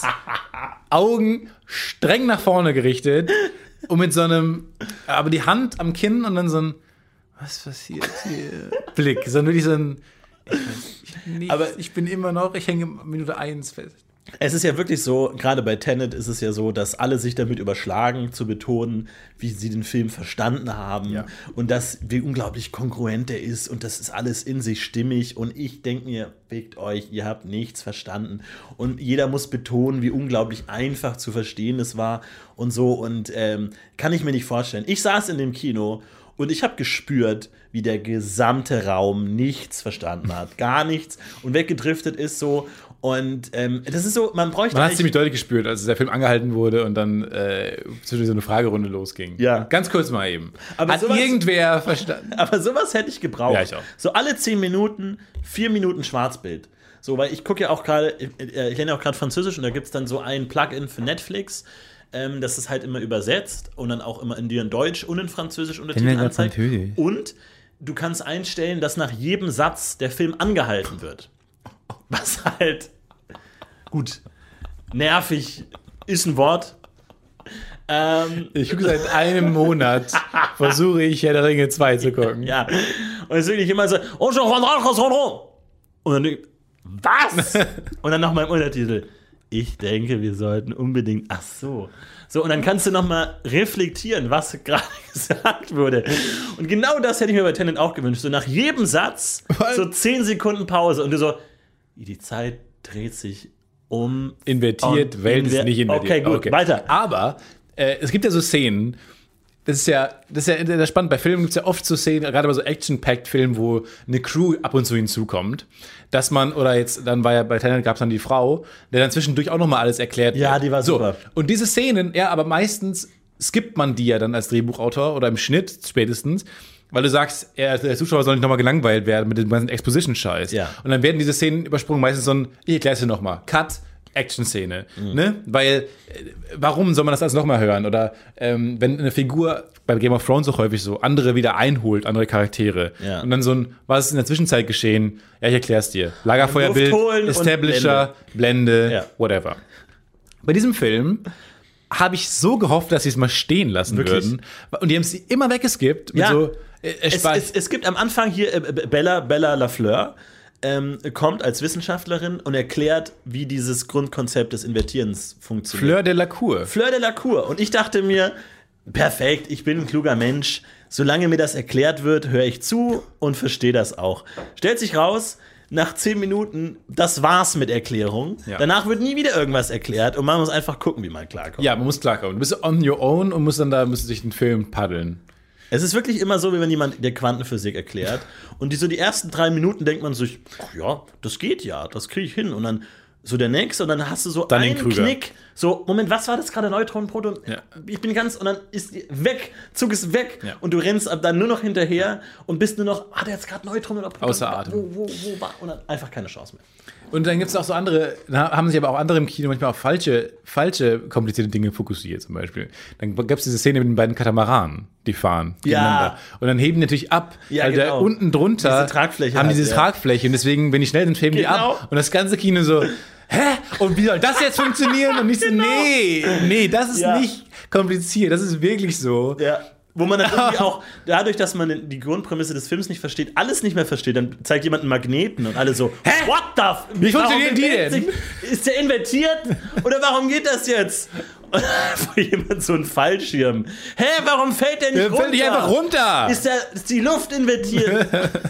Augen streng nach vorne gerichtet und mit so einem, aber die Hand am Kinn und dann so ein, was passiert hier? Blick, sondern wirklich so ein, ich weiß nicht, Aber- ich bin immer noch, ich hänge Minute eins fest. Es ist ja wirklich so, gerade bei Tenet ist es ja so, dass alle sich damit überschlagen, zu betonen, wie sie den Film verstanden haben Ja. und dass, wie unglaublich kongruent er ist und das ist alles in sich stimmig und ich denke mir, fickt euch, ihr habt nichts verstanden und jeder muss betonen, wie unglaublich einfach zu verstehen es war und so und ähm, kann ich mir nicht vorstellen. Ich saß in dem Kino und ich habe gespürt, wie der gesamte Raum nichts verstanden hat, gar nichts und weggedriftet ist so. Und ähm, das ist so, man bräuchte Man hat es eigentlich- ziemlich deutlich gespürt, als der Film angehalten wurde und dann äh, zwischen so eine Fragerunde losging. Ja. Ganz kurz mal eben. Aber hat sowas- irgendwer verstanden? Aber sowas hätte ich gebraucht. Ja, ich auch. So alle zehn Minuten, vier Minuten Schwarzbild. So, weil ich gucke ja auch gerade, ich, ich lerne ja auch gerade Französisch und da gibt es dann so ein Plugin für Netflix, ähm, dass es halt immer übersetzt und dann auch immer in dir in Deutsch und in Französisch Untertitel Denn er anzeigt. Französisch. Und du kannst einstellen, dass nach jedem Satz der Film angehalten wird. Was halt, gut, nervig ist ein Wort. Ähm, Ich gucke seit einem Monat, versuche ich Herr der Ringe zwei zu gucken. ja, und es ist wirklich immer so, oh, je reviendrai quand on und dann denk ich, was? Und dann nochmal im Untertitel, ich denke, wir sollten unbedingt, ach so. So, und dann kannst du nochmal reflektieren, was gerade gesagt wurde. Und genau das hätte ich mir bei Tenet auch gewünscht. So nach jedem Satz, so zehn Sekunden Pause und du so, die Zeit dreht sich um. Invertiert, Welt inver- ist nicht invertiert. Okay, gut, weiter. Aber äh, es gibt ja so Szenen, das ist ja, das ist ja das ist spannend. Bei Filmen gibt es ja oft so Szenen, gerade bei so Action-Packed-Filmen, wo eine Crew ab und zu hinzukommt, dass man, oder jetzt, dann war ja bei Tenet gab es dann die Frau, der dann zwischendurch auch nochmal alles erklärt Ja, wird. die war so. super. Und diese Szenen, ja, aber meistens skippt man die ja dann als Drehbuchautor oder im Schnitt spätestens, weil du sagst, ja, der Zuschauer soll nicht nochmal gelangweilt werden mit dem ganzen Exposition-Scheiß. Ja. Und dann werden diese Szenen übersprungen, meistens so ein, ich erklär's dir nochmal, Cut, Action-Szene, mhm. ne? Weil, äh, warum soll man das alles nochmal hören? Oder ähm, wenn eine Figur bei Game of Thrones auch häufig so andere wieder einholt, andere Charaktere. Ja. Und dann so ein, was ist in der Zwischenzeit geschehen? Ja, ich erklär's dir. Lagerfeuerbild, Luft holen und Establisher, Blende, Blende Ja. whatever. Bei diesem Film habe ich so gehofft, dass sie es mal stehen lassen Wirklich? würden. Und die haben sie immer weggeskippt. Mit Ja. so, äh, Es, es, es gibt am Anfang hier äh, Bella, Bella Lafleur, ähm, kommt als Wissenschaftlerin und erklärt, wie dieses Grundkonzept des Invertierens funktioniert. Fleur de la Cour. Fleur de la Cour. Und ich dachte mir, perfekt, ich bin ein kluger Mensch. Solange mir das erklärt wird, höre ich zu und verstehe das auch. Stellt sich raus, nach zehn Minuten, das war's mit Erklärung. Ja. Danach wird nie wieder irgendwas erklärt und man muss einfach gucken, wie man klarkommt. Ja, man muss klarkommen. Du bist on your own und musst dann da musst du durch den Film paddeln. Es ist wirklich immer so, wie wenn jemand der Quantenphysik erklärt. Und die, so die ersten drei Minuten denkt man sich, ach ja, das geht ja, das kriege ich hin. Und dann so der nächste und dann hast du so Dann den einen Krüger. Knick. So, Moment, was war das gerade? Neutron, Proton? Ja. Ich bin ganz, und dann ist die weg, Zug ist weg. Ja. Und du rennst ab dann nur noch hinterher und bist nur noch, hat er jetzt gerade Neutron oder Proton? Außer Atem. Wo, wo, wo war? Und dann einfach keine Chance mehr. Und dann gibt es auch so andere, da haben sich aber auch andere im Kino manchmal auf falsche, falsche komplizierte Dinge fokussiert, zum Beispiel. Dann gab es diese Szene mit den beiden Katamaranen, die fahren gegeneinander. Und dann heben die natürlich ab, Ja, weil da genau. unten drunter Diese Tragfläche haben hat, diese ja. Tragfläche und deswegen, wenn die schnell sind, heben die Genau. ab. Und das ganze Kino so, hä? Und wie soll das jetzt funktionieren? Und ich so, nee, nee, das ist Ja. nicht kompliziert, das ist wirklich so. Ja. Wo man dann irgendwie auch, dadurch, dass man die Grundprämisse des Films nicht versteht, alles nicht mehr versteht, dann zeigt jemand einen Magneten und alle so, hä? What the f- Wie funktionieren die bewegt denn? sich- Ist der invertiert? Oder warum geht das jetzt? Und dann vor jemand so ein Fallschirm. Hä, warum fällt der nicht Der runter? fällt nicht einfach runter. Ist, der, ist die Luft invertiert?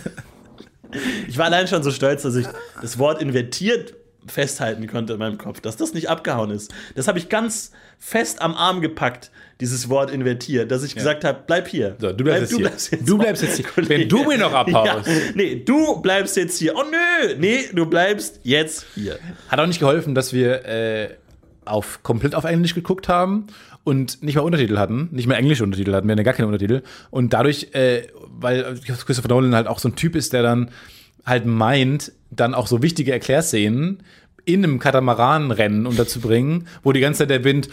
Ich war allein schon so stolz, dass ich das Wort invertiert festhalten konnte in meinem Kopf, dass das nicht abgehauen ist. Das habe ich ganz fest am Arm gepackt, dieses Wort invertiert, dass ich gesagt habe, bleib hier. So, du bleibst Bleib- jetzt hier. Du bleibst jetzt hier. Kollege. Wenn du mir noch abhaust. Ja, nee, du bleibst jetzt hier. Oh nö, nee, du bleibst jetzt hier. Hat auch nicht geholfen, dass wir äh, auf, komplett auf Englisch geguckt haben und nicht mal Untertitel hatten, nicht mehr englische Untertitel hatten, wir hatten ja gar keine Untertitel. Und dadurch, äh, weil Christopher Nolan halt auch so ein Typ ist, der dann halt meint, dann auch so wichtige Erklärszenen in einem Katamaranrennen unterzubringen, wo die ganze Zeit der Wind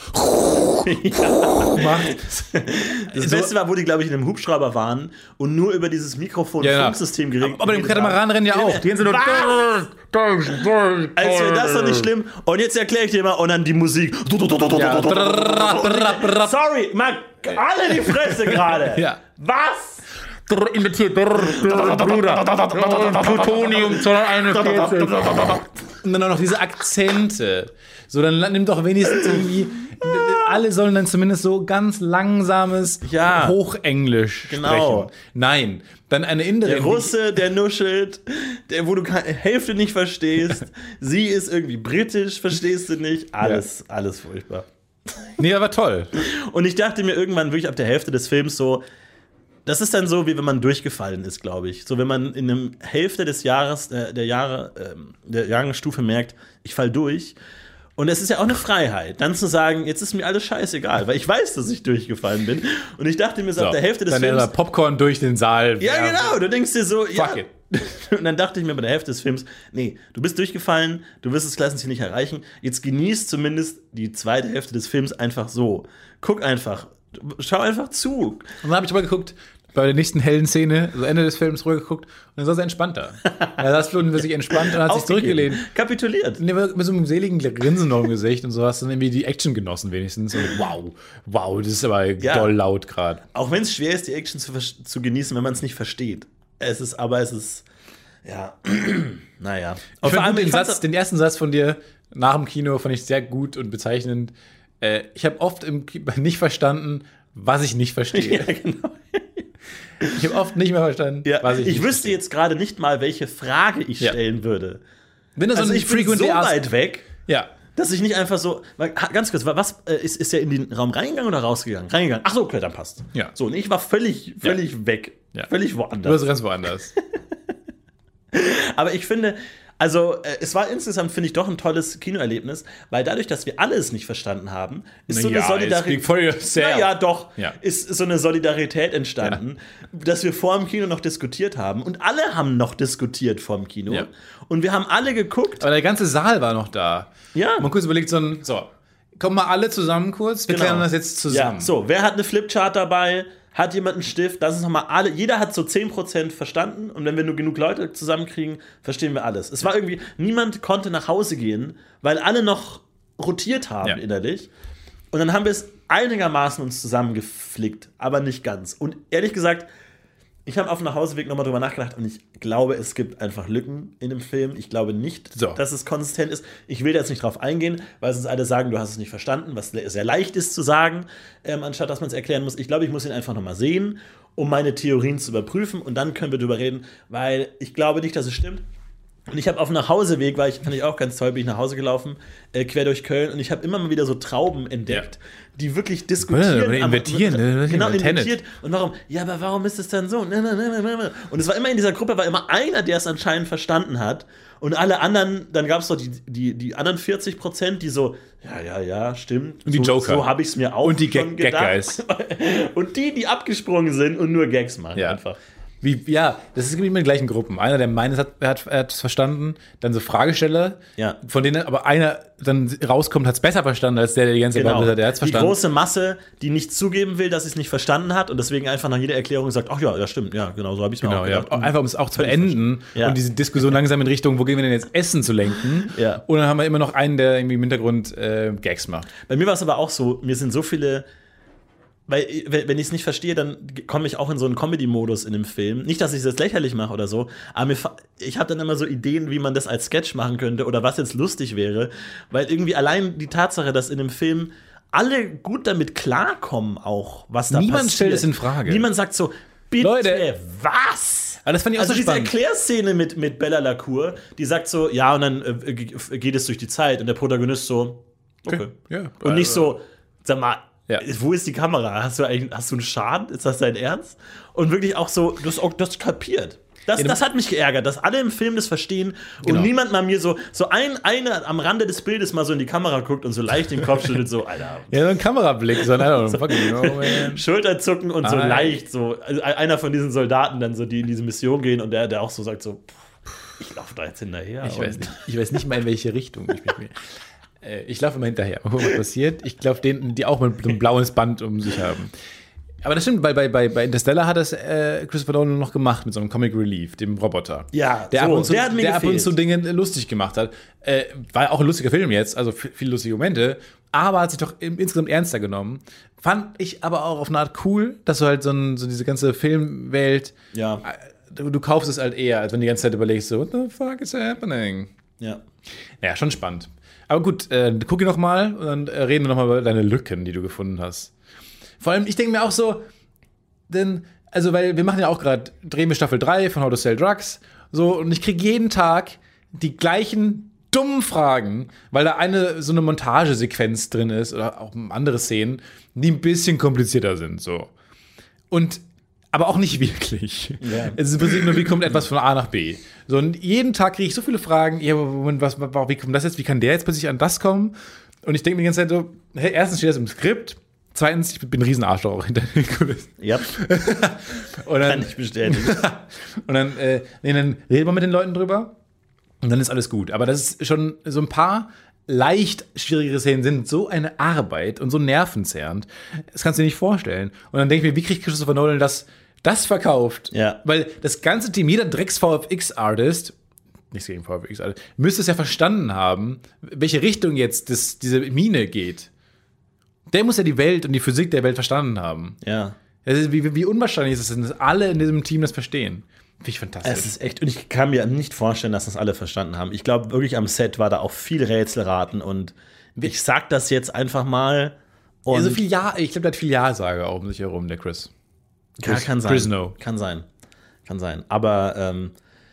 macht. Das So- Beste war, wo die, glaube ich, in einem Hubschrauber waren und nur über dieses Mikrofon-Funksystem Ja, geredet aber im Katamaranrennen ja auch. Die ganze Zeit Was? Als wäre das doch nicht schlimm. Und jetzt erkläre ich dir mal, und dann die Musik. Ja. Sorry, Marc, alle die Fresse gerade. Ja. Was? Imitiert. Bruder. Plutonium zweihunderteinundvierzig. Und dann auch noch diese Akzente. So, dann nimm doch wenigstens irgendwie. Alle sollen dann zumindest so ganz langsames Ja. Hochenglisch Genau. sprechen. Nein. Dann eine Inderin. Der Russe, der nuschelt, der, wo du keine Hälfte nicht verstehst. Sie ist irgendwie britisch, verstehst du nicht. Alles, alles furchtbar. Nee, aber toll. Und ich dachte mir irgendwann wirklich ab der Hälfte des Films so, das ist dann so, wie wenn man durchgefallen ist, glaube ich. So, wenn man in der Hälfte des Jahres, äh, der Jahre, ähm, der Jahresstufe merkt, ich fall durch. Und es ist ja auch eine Freiheit, dann zu sagen, jetzt ist mir alles scheißegal, weil ich weiß, dass ich durchgefallen bin. Und ich dachte mir so, So, ab der Hälfte des dann Films, der Popcorn durch den Saal. ja, genau, du denkst dir so, ja, Fuck it. Und dann dachte ich mir bei der Hälfte des Films, nee, du bist durchgefallen, du wirst das Klassenziel nicht erreichen. Jetzt genieß zumindest die zweite Hälfte des Films einfach so. Guck einfach, schau einfach zu. Und dann habe ich aber geguckt, bei der nächsten hellen Szene, also Ende des Films, rübergeguckt und dann saß er entspannter. Da saß Flo sich entspannt und hat sich zurückgelehnt. Kapituliert. Und mit so einem seligen Grinsen noch im Gesicht und so hast du dann irgendwie die Action genossen wenigstens. Und wow, wow, das ist aber Ja. doll laut gerade. Auch wenn es schwer ist, die Action zu, zu genießen, wenn man es nicht versteht. Es ist, aber es ist, ja, naja. Und vor allem ich den, fand's- Satz, den ersten Satz von dir nach dem Kino fand ich sehr gut und bezeichnend. Äh, ich habe oft im Ki- nicht verstanden, was ich nicht verstehe. Ja, genau. Ich habe oft nicht mehr verstanden, Ja, was ich, ich nicht wüsste verstehe. jetzt gerade nicht mal, welche Frage ich Ja. stellen würde. Wenn du so Also ein ich bin so frequently asked- weit weg, Ja. dass ich nicht einfach so, weil, ha, ganz kurz, was äh, ist, ist er in den Raum reingegangen oder rausgegangen? Reingegangen. Ach so, okay, dann passt. Ja. So, und ich war völlig, völlig weg. Ja. Völlig Du woanders. warst ganz woanders. Aber ich finde, also äh, es war insgesamt, finde ich, doch ein tolles Kinoerlebnis, weil dadurch, dass wir alles nicht verstanden haben, ist so eine Ja, es Solidarität. klingt voll sehr. Naja, doch, Ja. ist so eine Solidarität entstanden, dass wir vor dem Kino noch diskutiert haben. Und alle haben noch diskutiert vor dem Kino. Ja. Und wir haben alle geguckt. Aber der ganze Saal war noch da. Ja. Man kurz überlegt, so ein, so, kommen mal alle zusammen kurz, wir Genau. klären das jetzt zusammen. Ja, so, wer hat eine Flipchart dabei? Hat jemand einen Stift? Das ist nochmal alle. Jeder hat so zehn Prozent verstanden. Und wenn wir nur genug Leute zusammenkriegen, verstehen wir alles. Es war irgendwie, niemand konnte nach Hause gehen, weil alle noch rotiert haben Ja. innerlich. Und dann haben wir es einigermaßen uns zusammengeflickt, aber nicht ganz. Und ehrlich gesagt, ich habe auf dem Nachhauseweg nochmal drüber nachgedacht und ich glaube, es gibt einfach Lücken in dem Film. Ich glaube nicht, So. dass es konsistent ist. Ich will da jetzt nicht drauf eingehen, weil sonst alle sagen, du hast es nicht verstanden, was sehr leicht ist zu sagen, ähm, anstatt dass man es erklären muss. Ich glaube, ich muss ihn einfach nochmal sehen, um meine Theorien zu überprüfen und dann können wir drüber reden, weil ich glaube nicht, dass es stimmt. Und ich habe auf dem Nachhauseweg, weil ich fand ich auch ganz toll, bin ich nach Hause gelaufen, äh, quer durch Köln und ich habe immer mal wieder so Trauben entdeckt, die wirklich diskutieren. Oder aber- invertieren, ne? Genau, Tenet. invertiert. Und warum? Ja, aber warum ist es dann so? Ne, ne, ne, ne, ne. Und es war immer in dieser Gruppe, war immer einer, der es anscheinend verstanden hat. Und alle anderen, dann gab es doch die, die, die anderen vierzig Prozent, die so, ja, ja, ja, stimmt. Und die so, Joker. So habe ich es mir auch Und die schon Gag- gedacht. Gag-Guys. Und die, die abgesprungen sind und nur Gags machen Ja. einfach. Wie, ja, das ist immer in den gleichen Gruppen. Einer, der meines hat, er hat, er hat es verstanden, dann so Fragesteller, Ja. von denen aber einer dann rauskommt, hat es besser verstanden, als der, der die ganze Zeit behauptet hat, der hat es Die verstanden. große Masse, die nicht zugeben will, dass sie es nicht verstanden hat und deswegen einfach nach jeder Erklärung sagt, ach ja, ja stimmt, ja, genau, so habe ich es mir Genau, auch ja. gedacht. Einfach um es auch zu beenden Ja. und diese Diskussion langsam in Richtung, wo gehen wir denn jetzt essen, zu lenken. Ja. Und dann haben wir immer noch einen, der irgendwie im Hintergrund äh, Gags macht. Bei mir war es aber auch so, mir sind so viele, weil wenn ich es nicht verstehe, dann komme ich auch in so einen Comedy-Modus in dem Film. Nicht, dass ich es jetzt lächerlich mache oder so, aber mir, fa- ich habe dann immer so Ideen, wie man das als Sketch machen könnte oder was jetzt lustig wäre, weil irgendwie allein die Tatsache, dass in dem Film alle gut damit klarkommen auch, was da Niemand passiert. stellt es in Frage. Niemand sagt so, bitte, Leute. was? Aber das fand ich auch Also so diese spannend. Erklärszene mit, mit Bella Lacour, die sagt so, ja, und dann äh, g- geht es durch die Zeit und der Protagonist so, okay. Ja. Und nicht so, sag mal, Ja. wo ist die Kamera? Hast du eigentlich, hast du einen Schaden? Ist das dein Ernst? Und wirklich auch so, du hast auch das kapiert. Das, Ja, das hat mich geärgert, dass alle im Film das verstehen Genau. und niemand mal mir so, so ein, einer am Rande des Bildes mal so in die Kamera guckt und so leicht den Kopf schüttelt, so, Alter. Ja, so ein Kamerablick, so ein I don't know, fucking know, man. Schulterzucken und so Ah, leicht, so. Also einer von diesen Soldaten dann so, die in diese Mission gehen und der, der auch so sagt, so, pff, ich laufe da jetzt hinterher. Ich und weiß nicht, ich weiß nicht mal, in welche Richtung ich mich äh, Ich laufe immer hinterher. Mal gucken, was passiert. Ich glaube, denen, die auch mal so ein blaues Band um sich haben. Aber das stimmt, weil bei, bei, bei Interstellar hat das äh, Christopher Nolan noch gemacht mit so einem Comic Relief, dem Roboter. Ja, der, so, ab und zu, der hat mir der ab und gefehlt. zu Dinge lustig gemacht hat. Äh, war auch ein lustiger Film jetzt, also f- viele lustige Momente, aber hat sich doch im, insgesamt ernster genommen. Fand ich aber auch auf eine Art cool, dass du halt so, ein, so diese ganze Filmwelt, Ja. äh, du, du kaufst es halt eher, als wenn du die ganze Zeit überlegst, so, what the fuck is happening? Ja. Naja, schon spannend. Aber gut, äh, guck ihn noch mal und dann äh, reden wir noch mal über deine Lücken, die du gefunden hast. Vor allem, ich denke mir auch so, denn, also, weil wir machen ja auch gerade, drehen wir Staffel drei von How to Sell Drugs, so, und ich kriege jeden Tag die gleichen dummen Fragen, weil da eine, so eine Montagesequenz drin ist oder auch andere Szenen, die ein bisschen komplizierter sind, so. Und, aber auch nicht wirklich. Ja. Es ist im Prinzip nur, wie kommt etwas von A nach B. So, und jeden Tag kriege ich so viele Fragen, ja, aber Moment, was, wie kommt das jetzt, wie kann der jetzt plötzlich an das kommen? Und ich denke mir die ganze Zeit so, hey, erstens steht das im Skript, zweitens, ich bin ein Riesenarschloch auch hinter den Kulissen. Ja. Und dann, Kann ich bestätigen. und dann, äh, nee, dann reden wir mit den Leuten drüber und dann ist alles gut. Aber das ist schon so ein paar leicht schwierigere Szenen sind so eine Arbeit und so nervenzerrend. Das kannst du dir nicht vorstellen. Und dann denke ich mir, wie kriegt Christopher Nolan das, das verkauft? Ja. Weil das ganze Team, jeder Drecks-V F X-Artist, nichts gegen V F X-Artist, müsste es ja verstanden haben, welche Richtung jetzt das, diese Mine geht. Der muss ja die Welt und die Physik der Welt verstanden haben. Ja. Es ist, wie, wie unwahrscheinlich ist es, dass alle in diesem Team das verstehen. Finde ich fantastisch. Es ist echt, und ich kann mir nicht vorstellen, dass das alle verstanden haben. Ich glaube, wirklich am Set war da auch viel Rätselraten und ich sag das jetzt einfach mal. Und also viel Ja, ich glaube, der hat viel Ja-Sage auch um sich herum, der Chris. Kann, Chris, kann sein. Chris No. Kann sein. Kann sein. Aber ähm,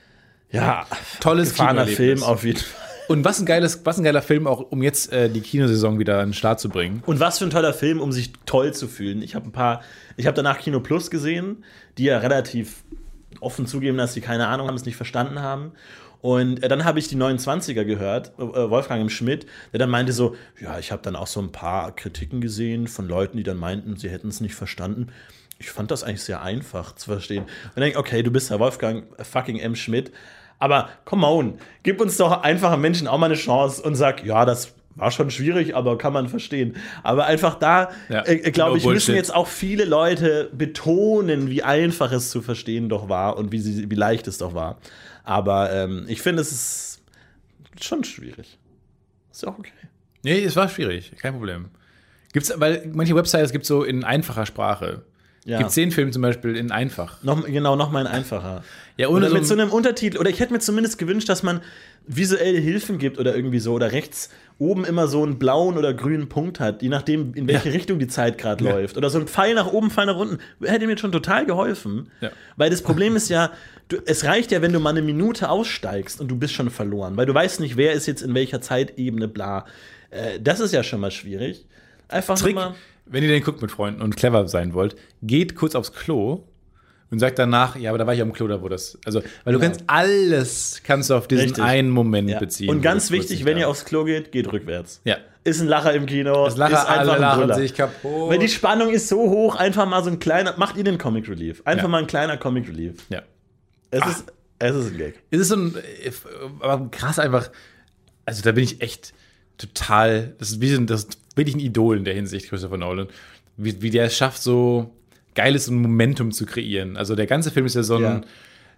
ja, Tolles gefahrener Kinoerlebnis. Film auf jeden Fall. Und was ein, geiles, was ein geiler Film auch, um jetzt äh, die Kinosaison wieder an den Start zu bringen. Und was für ein toller Film, um sich toll zu fühlen. Ich habe ein paar, ich habe danach Kino Plus gesehen, die ja relativ offen zugeben, dass sie keine Ahnung haben, es nicht verstanden haben. Und äh, dann habe ich die neunundzwanziger gehört, äh, Wolfgang im Schmidt, der dann meinte so, ja, ich habe dann auch so ein paar Kritiken gesehen von Leuten, die dann meinten, sie hätten es nicht verstanden. Ich fand das eigentlich sehr einfach zu verstehen. Und dann denke ich, okay, du bist der Wolfgang fucking M. Schmidt, aber come on, gib uns doch einfachen Menschen auch mal eine Chance und sag, ja, das war schon schwierig, aber kann man verstehen. Aber einfach da, Ja, äh, glaube no ich, müssen Bullshit. jetzt auch viele Leute betonen, wie einfach es zu verstehen doch war und wie, sie, wie leicht es doch war. Aber ähm, ich finde, es ist schon schwierig. Ist ja auch okay. Nee, es war schwierig, kein Problem. Gibt's, weil manche Websites gibt es so in einfacher Sprache. Ja. Gibt zehn Filme zum Beispiel in einfach. Noch, genau, noch mal ein einfacher. Ja, ohne Oder so mit ein- so einem Untertitel. Oder ich hätte mir zumindest gewünscht, dass man visuelle Hilfen gibt oder irgendwie so. Oder rechts oben immer so einen blauen oder grünen Punkt hat, je nachdem, in welche Ja. Richtung die Zeit gerade Ja. läuft. Oder so ein Pfeil nach oben, Pfeil nach unten. Hätte mir schon total geholfen. Ja. Weil das Problem ist ja, du, es reicht ja, wenn du mal eine Minute aussteigst und du bist schon verloren. Weil du weißt nicht, wer ist jetzt in welcher Zeitebene, bla. Äh, das ist ja schon mal schwierig. Einfach Trick, nur mal. wenn ihr den guckt mit Freunden und clever sein wollt, geht kurz aufs Klo und sagt danach, ja, aber da war ich am Klo, da wo das, also, weil du Genau. kannst alles, kannst du auf diesen Richtig. einen Moment Ja. beziehen. Und wo ganz das kurz wichtig, nicht wenn da ihr war. aufs Klo geht, geht rückwärts. Ja. Ist ein Lacher im Kino, Das Lacher, ist einfach alle ein lachen Brüller. sich kaputt. Weil die Spannung ist so hoch, einfach mal so ein kleiner, macht ihr den Comic Relief. Einfach Ja. mal ein kleiner Comic Relief. Ja. Es, ist, es ist ein Gag. Es ist so ein, äh, aber krass einfach, also da bin ich echt total, das ist, wie, so ein- das ist wirklich ein Idol in der Hinsicht, Christopher Nolan, wie, wie der es schafft, so geiles Momentum zu kreieren. Also der ganze Film ist ja so ein Ja.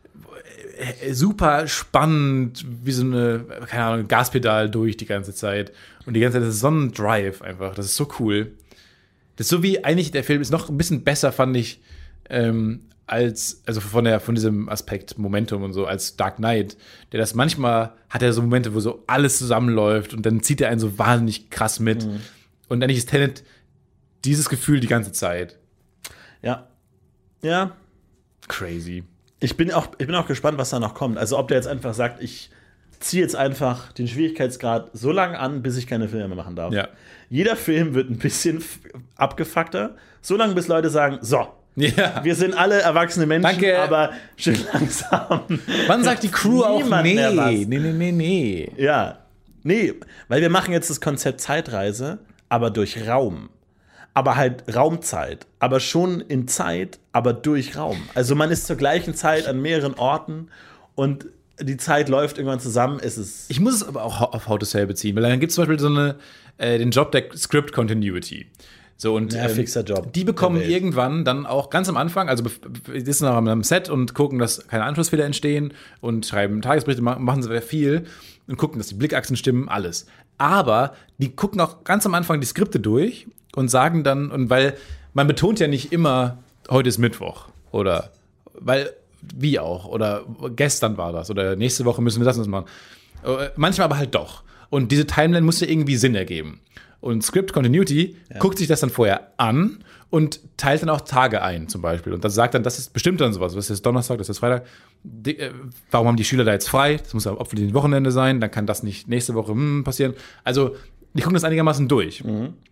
äh, super spannend, wie so eine, keine Ahnung, Gaspedal durch die ganze Zeit. Und die ganze Zeit, das ist so ein Drive einfach, das ist so cool. Das ist so wie, eigentlich der Film ist noch ein bisschen besser, fand ich, ähm, als, also von der, von diesem Aspekt Momentum und so, als Dark Knight, der das manchmal hat er so Momente, wo so alles zusammenläuft und dann zieht er einen so wahnsinnig krass mit. Mhm. Und eigentlich ist Tenet dieses Gefühl die ganze Zeit. Ja. Ja. Crazy. Ich bin, auch, ich bin auch gespannt, was da noch kommt. Also, ob der jetzt einfach sagt, ich ziehe jetzt einfach den Schwierigkeitsgrad so lange an, bis ich keine Filme mehr machen darf. Ja. Jeder Film wird ein bisschen f- abgefuckter, so lange, bis Leute sagen: So, Ja. wir sind alle erwachsene Menschen, Danke. aber schön langsam. Wann sagt die Crew auch, Niemand nee, mehr was. nee, nee, nee, nee. Ja. Nee, weil wir machen jetzt das Konzept Zeitreise, aber durch Raum. Aber halt Raumzeit. Aber schon in Zeit, aber durch Raum. Also man ist zur gleichen Zeit an mehreren Orten und die Zeit läuft irgendwann zusammen. Es ist. Ich muss es aber auch auf How to Sell beziehen, weil dann gibt es zum Beispiel so eine, äh, den Job der Script Continuity. So, und Ja, fixer Job die bekommen der Welt. irgendwann dann auch ganz am Anfang, also bef- die sitzen noch am Set und gucken, dass keine Anschlussfehler entstehen und schreiben Tagesberichte, ma- machen sehr viel und gucken, dass die Blickachsen stimmen, alles. Aber die gucken auch ganz am Anfang die Skripte durch und sagen dann, und weil man betont ja nicht immer, heute ist Mittwoch oder weil, wie auch, oder gestern war das oder nächste Woche müssen wir das und das machen. Äh, Manchmal aber halt doch. Und diese Timeline muss ja irgendwie Sinn ergeben. Und Script Continuity guckt sich das dann vorher an und teilt dann auch Tage ein, zum Beispiel. Und das sagt dann, das ist bestimmt dann sowas. Was ist jetzt Donnerstag, das ist Freitag. Die, äh, warum haben die Schüler da jetzt frei? Das muss ja auf ein Wochenende sein. Dann kann das nicht nächste Woche hm, passieren. Also, die gucken das einigermaßen durch.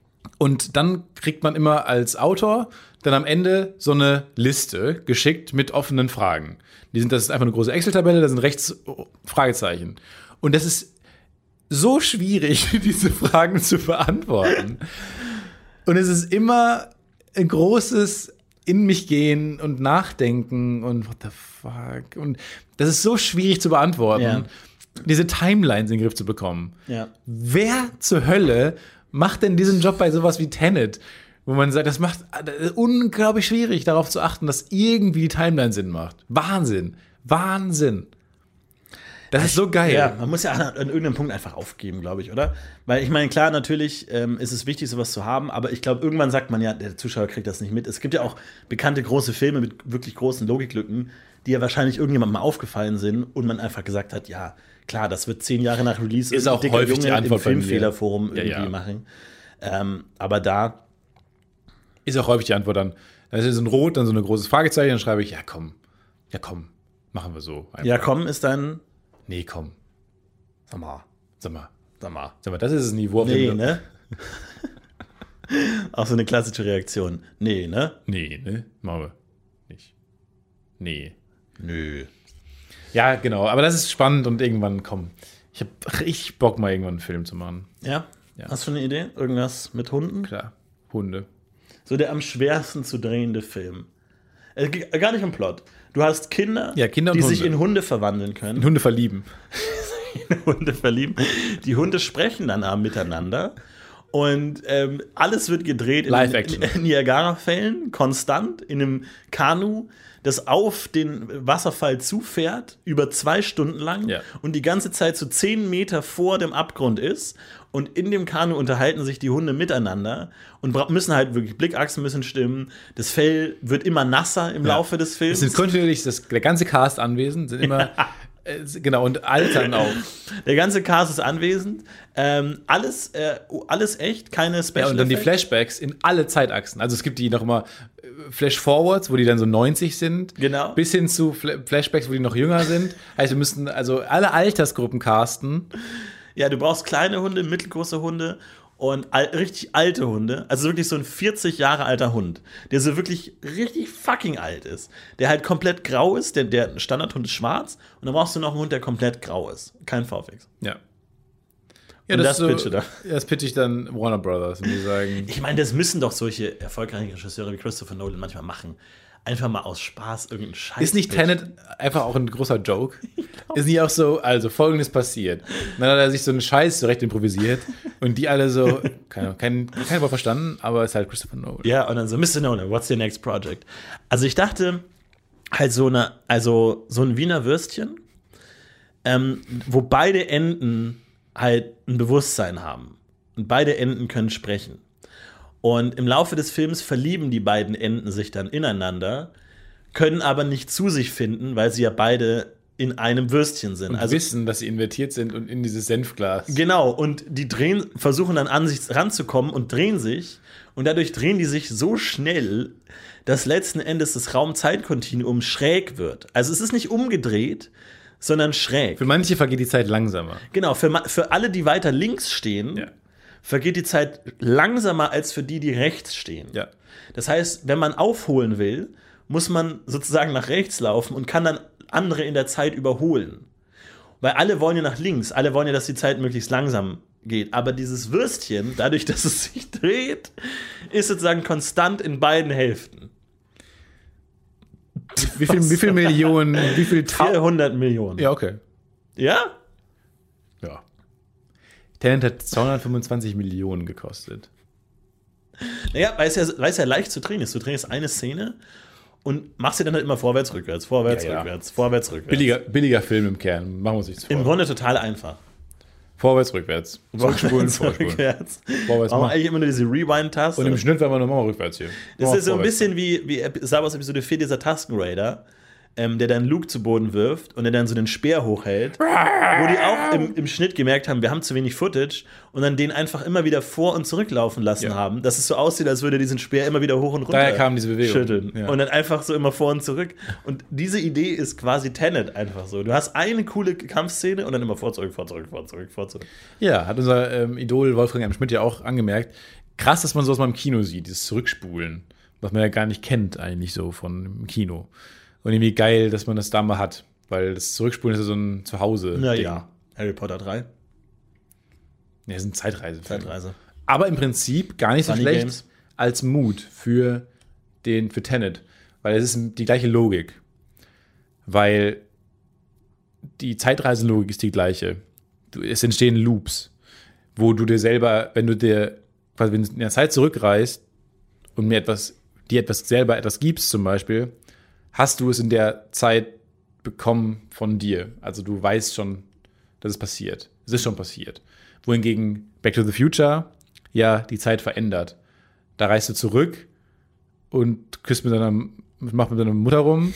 Und dann kriegt man immer als Autor dann am Ende so eine Liste geschickt mit offenen Fragen. Die sind, das ist einfach eine große Excel-Tabelle, da sind rechts Fragezeichen. Und das ist so schwierig, diese Fragen zu beantworten. Und es ist immer ein großes in mich gehen und nachdenken und what the fuck. Und das ist so schwierig zu beantworten, Ja. diese Timelines in den Griff zu bekommen. Ja. Wer zur Hölle macht denn diesen Job bei sowas wie Tenet? Wo man sagt, das macht das ist unglaublich schwierig, darauf zu achten, dass irgendwie die Timeline Sinn macht. Wahnsinn. Wahnsinn. Das ist so geil. Ja, man muss ja an, an irgendeinem Punkt einfach aufgeben, glaube ich, oder? Weil ich meine, klar, natürlich ähm, ist es wichtig, sowas zu haben, aber ich glaube, irgendwann sagt man ja, der Zuschauer kriegt das nicht mit. Es gibt ja auch bekannte große Filme mit wirklich großen Logiklücken, die ja wahrscheinlich irgendjemandem mal aufgefallen sind und man einfach gesagt hat, ja, klar, das wird zehn Jahre nach Release Ist auch dicker häufig Junge die Antwort im bei mir. Filmfehlerforum Ja, irgendwie ja. machen. Ähm, aber da Ist auch häufig die Antwort dann. Da ist so ein Rot, dann so ein großes Fragezeichen, dann schreibe ich, ja komm, ja komm, machen wir so. Einfach. Ja, komm, ist dann. Nee, komm. Sag mal. Sag mal. Sag mal. Sag mal, das ist das Niveau, auf Nee, dem wir- ne? Auch so eine klassische Reaktion. Nee, ne? Nee, ne? Machen wir nicht. Nee. Nö. Ja, genau. Aber das ist spannend und irgendwann, komm. Ich hab richtig Bock, mal irgendwann einen Film zu machen. Ja? Ja. Hast du eine Idee? Irgendwas mit Hunden? Klar. Hunde. So der am schwersten zu drehende Film. Es geht gar nicht um Plot. Du hast Kinder, Ja, Kinder und die sich Hunde. in Hunde verwandeln können. Hunde verlieben. in Hunde verlieben. Die Hunde sprechen dann aber miteinander. Und ähm, alles wird gedreht in, Live-Action. in Niagara-Fällen, konstant, in einem Kanu, das auf den Wasserfall zufährt, über zwei Stunden lang Ja. und die ganze Zeit so zehn Meter vor dem Abgrund ist. Und in dem Kanu unterhalten sich die Hunde miteinander und bra- müssen halt wirklich, Blickachsen müssen stimmen. Das Fell wird immer nasser im Ja. Laufe des Es Films. sind kontinuierlich das, der ganze Cast anwesend, sind immer, äh, genau, und altern auch. Der ganze Cast ist anwesend. Ähm, alles, äh, alles echt, keine Special Ja, und dann die Effects. Flashbacks in alle Zeitachsen. Also es gibt die noch immer äh, Flash-Forwards, wo die dann so neunzig sind. Genau. Bis hin zu Fla- Flashbacks, wo die noch jünger sind. Heißt, wir müssten also alle Altersgruppen casten. Ja, du brauchst kleine Hunde, mittelgroße Hunde und al richtig alte Hunde. Also wirklich so ein vierzig Jahre alter Hund, der so wirklich richtig fucking alt ist. Der halt komplett grau ist, der, der Standardhund ist schwarz. Und dann brauchst du noch einen Hund, der komplett grau ist. Kein V F X. Ja. Ja, Und das ist pitche da. Ja, das pitche ich dann Warner Brothers. Und die sagen, Ich meine, das müssen doch solche erfolgreichen Regisseure wie Christopher Nolan manchmal machen. Einfach mal aus Spaß irgendeinen Scheiß. ist nicht pitchen. Tenet einfach auch ein großer Joke? Ist nicht auch so, also folgendes passiert. Dann hat er sich so einen Scheiß zurecht improvisiert und die alle so, keine, kein, kein Wort verstanden, aber ist halt Christopher Nolan. Ja, und dann so, Mister Nolan, what's your next project? Also ich dachte, halt so eine, also so ein Wiener Würstchen, ähm, wo beide Enden halt ein Bewusstsein haben. Und beide Enden können sprechen. Und im Laufe des Films verlieben die beiden Enden sich dann ineinander, können aber nicht zu sich finden, weil sie ja beide in einem Würstchen sind. Und Also wissen, dass sie invertiert sind und in dieses Senfglas. genau, und die drehen, versuchen dann an sich ranzukommen und drehen sich. Und dadurch drehen die sich so schnell, dass letzten Endes das Raum-Zeit-Kontinuum schräg wird. Also es ist nicht umgedreht, sondern schräg. Für manche vergeht die Zeit langsamer. Genau, für, ma- für alle, die weiter links stehen, Ja. vergeht die Zeit langsamer als für die, die rechts stehen. Ja. Das heißt, wenn man aufholen will, muss man sozusagen nach rechts laufen und kann dann andere in der Zeit überholen. Weil alle wollen ja nach links, alle wollen ja, dass die Zeit möglichst langsam geht. Aber dieses Würstchen, dadurch, dass es sich dreht, ist sozusagen konstant in beiden Hälften. Wie viel, wie viel Millionen, wie viel Tau vierhundert Millionen. Ja, okay. Ja? Ja. Tenet hat zweihundertfünfundzwanzig Millionen gekostet. Naja, weil es ja, weil es ja leicht zu drehen ist. Du drehst eine Szene und machst sie dann halt immer vorwärts, rückwärts, vorwärts, Ja, ja. rückwärts, vorwärts, rückwärts. Billiger, billiger Film im Kern. Machen wir uns nichts vor. Im Grunde total einfach. Vorwärts, rückwärts. Zurückspulen, Vorwärts, vorspulen. rückwärts. Vorwärts, Warum machen. eigentlich immer nur diese Rewind-Taste? Und im Schnitt werden wir nochmal rückwärts hier. Das Machen wir ist so ein vorwärts. bisschen wie, wie Ep- Star Wars Episode vier, dieser Taskenraider, ähm, der dann Luke zu Boden wirft und der dann so den Speer hochhält. Wo die auch im, im Schnitt gemerkt haben, wir haben zu wenig Footage und dann den einfach immer wieder vor- und zurücklaufen lassen Ja. haben, dass es so aussieht, als würde er diesen Speer immer wieder hoch und runter Daher kam diese Bewegung. schütteln. Ja. Und dann einfach so immer vor und zurück. Und diese Idee ist quasi Tenet einfach so. Du hast eine coole Kampfszene und dann immer vor, zurück, vor, zurück, vor, zurück, vor, zurück. Ja, hat unser ähm, Idol Wolfgang M. Schmidt ja auch angemerkt. Krass, dass man sowas mal im Kino sieht, dieses Zurückspulen, was man ja gar nicht kennt eigentlich so von im Kino. Und irgendwie geil, dass man das da mal hat, weil das Zurückspulen ist ja so ein Zuhause. Naja, Harry Potter drei, Ja, das ist ein Zeitreise. Zeitreise. Aber im Prinzip gar nicht so Funny schlecht, Games. als Mut für, den, für Tenet, weil es ist die gleiche Logik. Weil die Zeitreisenlogik ist die gleiche. Du, es entstehen Loops, wo du dir selber, wenn du dir quasi in der Zeit zurückreist und mir etwas, dir etwas selber etwas gibst zum Beispiel, hast du es in der Zeit bekommen von dir. Also du weißt schon, dass es passiert. Es ist schon passiert. Wohingegen Back to the Future ja die Zeit verändert. Da reist du zurück und küsst mit deiner, machst mit deiner Mutter rum.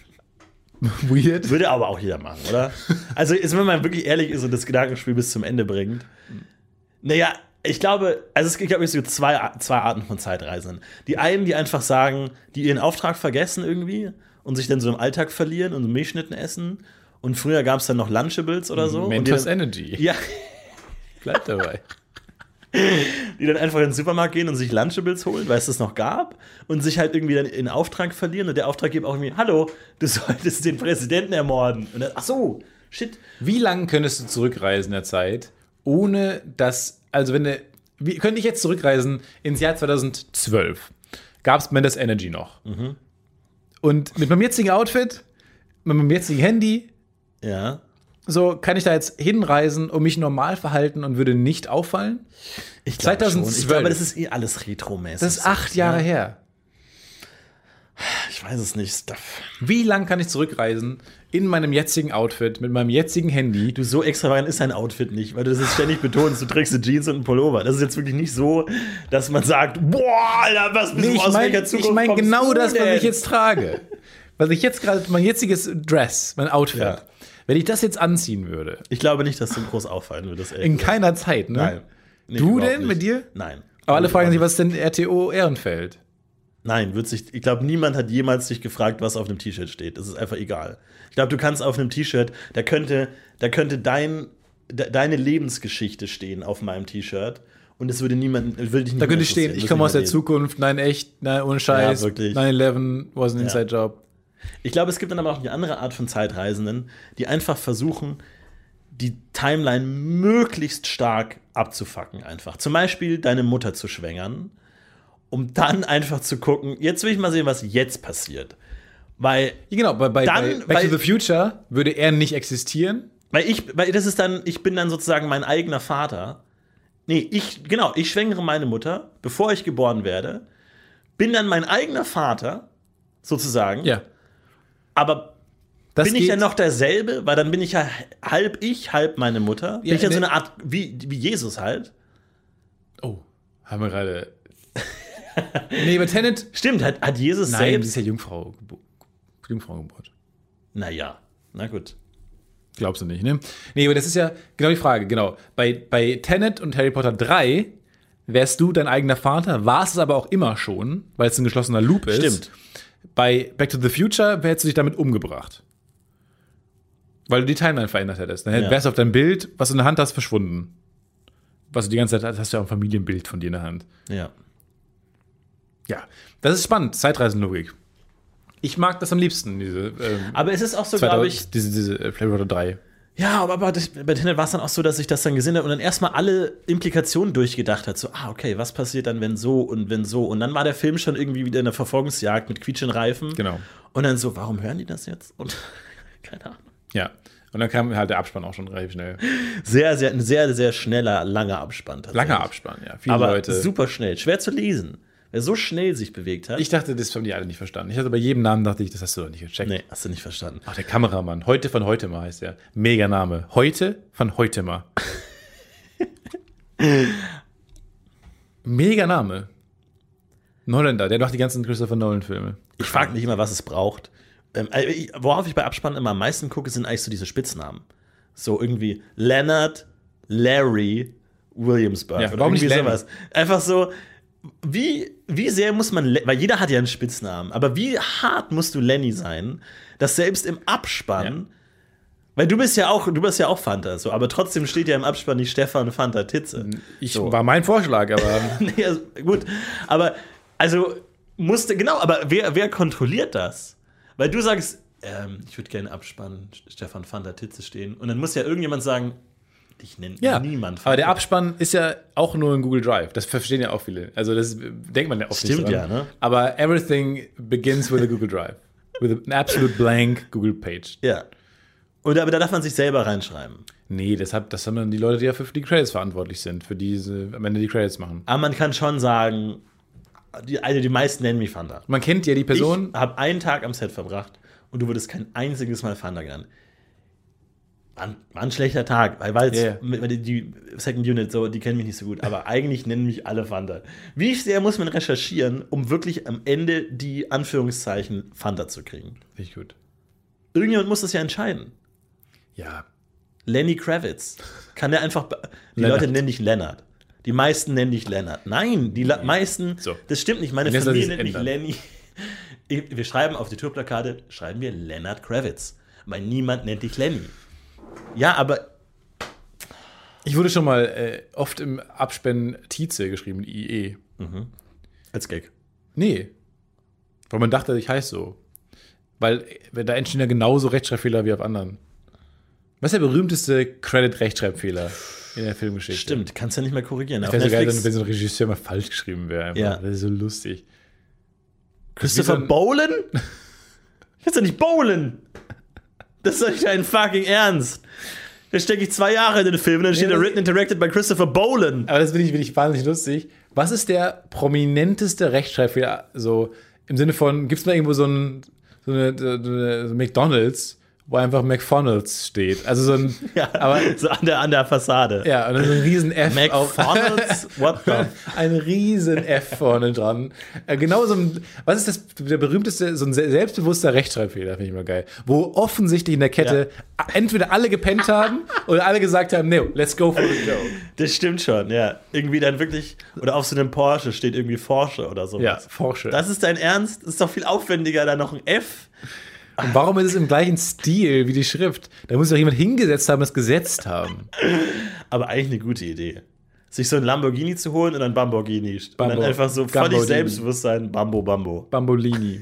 Weird. Würde aber auch jeder machen, oder? Also, jetzt, wenn man wirklich ehrlich ist und das Gedankenspiel bis zum Ende bringt. Naja, ich glaube, also es gibt, glaube ich, so zwei, zwei Arten von Zeitreisenden. Die einen, die einfach sagen, die ihren Auftrag vergessen irgendwie und sich dann so im Alltag verlieren und so Milchschnitten essen. Und früher gab es dann noch Lunchables oder so. Mentos dann, Energy. Ja. Bleibt dabei. Die dann einfach in den Supermarkt gehen und sich Lunchables holen, weil es das noch gab, und sich halt irgendwie dann in Auftrag verlieren und der Auftraggeber auch irgendwie, hallo, du solltest den Präsidenten ermorden. Und dann, ach so, shit. Wie lange könntest du zurückreisen in der Zeit, ohne dass, also wenn du, wie, könnte ich jetzt zurückreisen ins Jahr zweitausendzwölf? Gab es Mentos Energy noch. Mhm. Und mit meinem jetzigen Outfit, mit meinem jetzigen Handy, ja. So, kann ich da jetzt hinreisen und mich normal verhalten und würde nicht auffallen? Ich glaube zweitausendzwölf. Ich glaube, das ist eh alles retromäßig. Das ist acht Jahre ja. her. Ich weiß es nicht. Wie lang kann ich zurückreisen in meinem jetzigen Outfit, mit meinem jetzigen Handy? Du, so extravagant ist dein Outfit nicht, weil du das jetzt ständig betonst. Du trägst eine Jeans und einen Pullover. Das ist jetzt wirklich nicht so, dass man sagt, boah, Alter, was bist nee, du aus mein, welcher Zukunft Ich meine genau das, denn? was ich jetzt trage. Was ich jetzt gerade, mein jetziges Dress, mein Outfit. Ja. Wenn ich das jetzt anziehen würde. Ich glaube nicht, dass du groß auffallen würdest. In gesagt. Keiner Zeit, ne? Nein. Nee, du denn nicht. mit dir? Nein. Aber alle fragen sich, was ist denn R T O Ehrenfeld? Nein, wird sich, ich glaube, niemand hat jemals dich gefragt, was auf einem T-Shirt steht. Das ist einfach egal. Ich glaube, du kannst auf einem T-Shirt, da könnte, da könnte dein, de, deine Lebensgeschichte stehen auf meinem T-Shirt. Und es würde niemand, würde dich nicht Da könnte stehen, ich komme aus der lesen. Zukunft, nein, echt, nein, ohne Scheiß, ja, wirklich. nine eleven was an ja. Inside-Job. Ich glaube, es gibt dann aber auch eine andere Art von Zeitreisenden, die einfach versuchen, die Timeline möglichst stark abzufacken einfach. Zum Beispiel deine Mutter zu schwängern, um dann einfach zu gucken, jetzt will ich mal sehen, was jetzt passiert. Weil ja, genau, bei, bei, dann, bei Back weil, to the Future würde er nicht existieren. Weil ich, weil das ist dann, ich bin dann sozusagen mein eigener Vater. Nee, ich, genau, ich schwängere meine Mutter, bevor ich geboren werde, bin dann mein eigener Vater, sozusagen. Ja. Aber das bin ich ja noch derselbe, weil dann bin ich ja halb ich, halb meine Mutter. Bin ja, ich ja so eine Art, wie, wie Jesus halt. Oh, haben wir gerade. Nee, aber Tenet. Stimmt, hat, hat Jesus Nein, selbst. sie ist ja Jungfrau, Jungfraugeburt. Naja, na gut. Glaubst du nicht, ne? Nee, aber das ist ja genau die Frage, genau. Bei, bei Tenet und Harry Potter drei wärst du dein eigener Vater, warst es aber auch immer schon, weil es ein geschlossener Loop ist. Stimmt. Bei Back to the Future hättest du dich damit umgebracht. Weil du die Timeline verändert hättest. Dann wärst du auf dein Bild, was du in der Hand hast, verschwunden. Was du die ganze Zeit hast, hast du ja auch ein Familienbild von dir in der Hand. Ja. Ja, das ist spannend, Zeitreisenlogik. Ich mag das am liebsten, diese. Ähm, aber es ist auch so, glaube ich. Diese, diese äh, Harry Potter drei. Ja, aber, aber das, bei Tenet war es dann auch so, dass ich das dann gesehen habe und dann erstmal alle Implikationen durchgedacht hat. So, ah, okay, was passiert dann, wenn so und wenn so? Und dann war der Film schon irgendwie wieder in der Verfolgungsjagd mit quietschenden Reifen. Genau. Und dann so, warum hören die das jetzt? Und keine Ahnung. Ja. Und dann kam halt der Abspann auch schon relativ schnell. Sehr, sehr, ein sehr, sehr schneller, langer Abspann. Langer Abspann, ja. Viele aber Leute. Super schnell, schwer zu lesen. Wer so schnell sich bewegt hat. Ich dachte, das haben die alle nicht verstanden. Ich hatte bei jedem Namen, dachte ich, das hast du doch nicht gecheckt. Nee, hast du nicht verstanden. Ach, der Kameramann. Heute von Heutema heißt der. Mega Name. Heute von Heutema. Mega Name. Holländer, der macht die ganzen Christopher Nolan-Filme. Ich frage mich immer, was es braucht. Ähm, ich, worauf ich bei Abspann immer am meisten gucke, sind eigentlich so diese Spitznamen. So irgendwie Leonard, Larry, Williamsburg. Ja, oder warum irgendwie nicht Lenny? sowas. Einfach so, wie, wie sehr muss man, weil jeder hat ja einen Spitznamen, aber wie hart musst du Lenny sein, dass selbst im Abspann, ja. weil du bist ja auch, du bist ja auch Fanta, so, aber trotzdem steht ja im Abspann nicht Stefan Fanta Titze. Ich so. War mein Vorschlag, aber. nee, also, gut, aber, also, musste, genau, aber wer, wer kontrolliert das? Weil du sagst, ähm, ich würde gerne Abspann Stefan Fanta Titze stehen und dann muss ja irgendjemand sagen, dich nennt Ja, niemand Fanta. aber der Abspann ist ja auch nur in Google Drive. Das verstehen ja auch viele. Also das denkt man ja oft Stimmt nicht dran. ja, ne? Aber everything begins with a Google Drive. With an absolute blank Google Page. Ja. Und aber da darf man sich selber reinschreiben. Nee, deshalb, das haben dann die Leute, die ja für die Credits verantwortlich sind, für diese am Ende die Credits machen. Aber man kann schon sagen, die, also die meisten nennen mich Fanta. Man kennt ja die Person. Ich habe einen Tag am Set verbracht und du wurdest kein einziges Mal Fanta genannt. War ein, war ein schlechter Tag, weil weil Yeah. die, die Second Unit, so, die kennen mich nicht so gut, aber eigentlich nennen mich alle Fanta. Wie sehr muss man recherchieren, um wirklich am Ende die Anführungszeichen Fanta zu kriegen? Finde ich gut. Irgendjemand muss das ja entscheiden. Ja. Lenny Kravitz. Kann der einfach. Die Lennart. Leute nennen dich Lennart. Die meisten nennen dich Lennart. Nein, die La- meisten. So. Das stimmt nicht. Meine Und jetzt soll Familie sich's nennt mich ändern. Lenny. Ich- Wir schreiben auf die Tourplakate, schreiben wir Lennart Kravitz. Weil niemand nennt dich Lenny. Ja, aber. Ich wurde schon mal äh, oft im Abspann Tietze geschrieben, I E. Als Gag. Nee. Weil man dachte, ich heiße so. Weil äh, da entstehen ja genauso Rechtschreibfehler wie auf anderen. Was ist der berühmteste Credit-Rechtschreibfehler in der Filmgeschichte? Stimmt, kannst du ja nicht mehr korrigieren. Das Auf wäre so geil, Netflix, wenn so ein Regisseur mal falsch geschrieben wäre. Einfach. Ja. Das ist so lustig. Christopher wie so ein- Bolan? Ich heiße doch nicht Bolan. Das ist doch nicht dein fucking Ernst. Da stecke ich zwei Jahre in den Film und dann steht Ja, da das- written and directed by Christopher Bolan. Aber das finde ich, find ich wahnsinnig lustig. Was ist der prominenteste Rechtschreibfehler? So im Sinne von, gibt es mal irgendwo so ein so eine, so eine so McDonalds, wo einfach McDonalds steht? Also so ein, Ja, aber so an der, an der Fassade. ja, und dann so ein riesen F auf. McDonalds? What the? Ein riesen F vorne dran. Äh, genau so ein, was ist das, der berühmteste, so ein se- selbstbewusster Rechtschreibfehler, finde ich mal geil. Wo offensichtlich in der Kette entweder alle gepennt haben oder alle gesagt haben, no, let's go for the joke. Das stimmt schon, ja. Irgendwie dann wirklich, oder auf so einem Porsche steht irgendwie Porsche oder so. Ja, Porsche. Das ist dein Ernst? Das ist doch viel aufwendiger, da noch ein F. Und warum ist es im gleichen Stil wie die Schrift? Da muss doch jemand hingesetzt haben, das gesetzt haben. Aber eigentlich eine gute Idee. Sich so ein Lamborghini zu holen und dann Bamborghini. Und Bambo- dann einfach so völlig Gambodini. Selbstbewusstsein, Bambo, Bambo. Bambolini.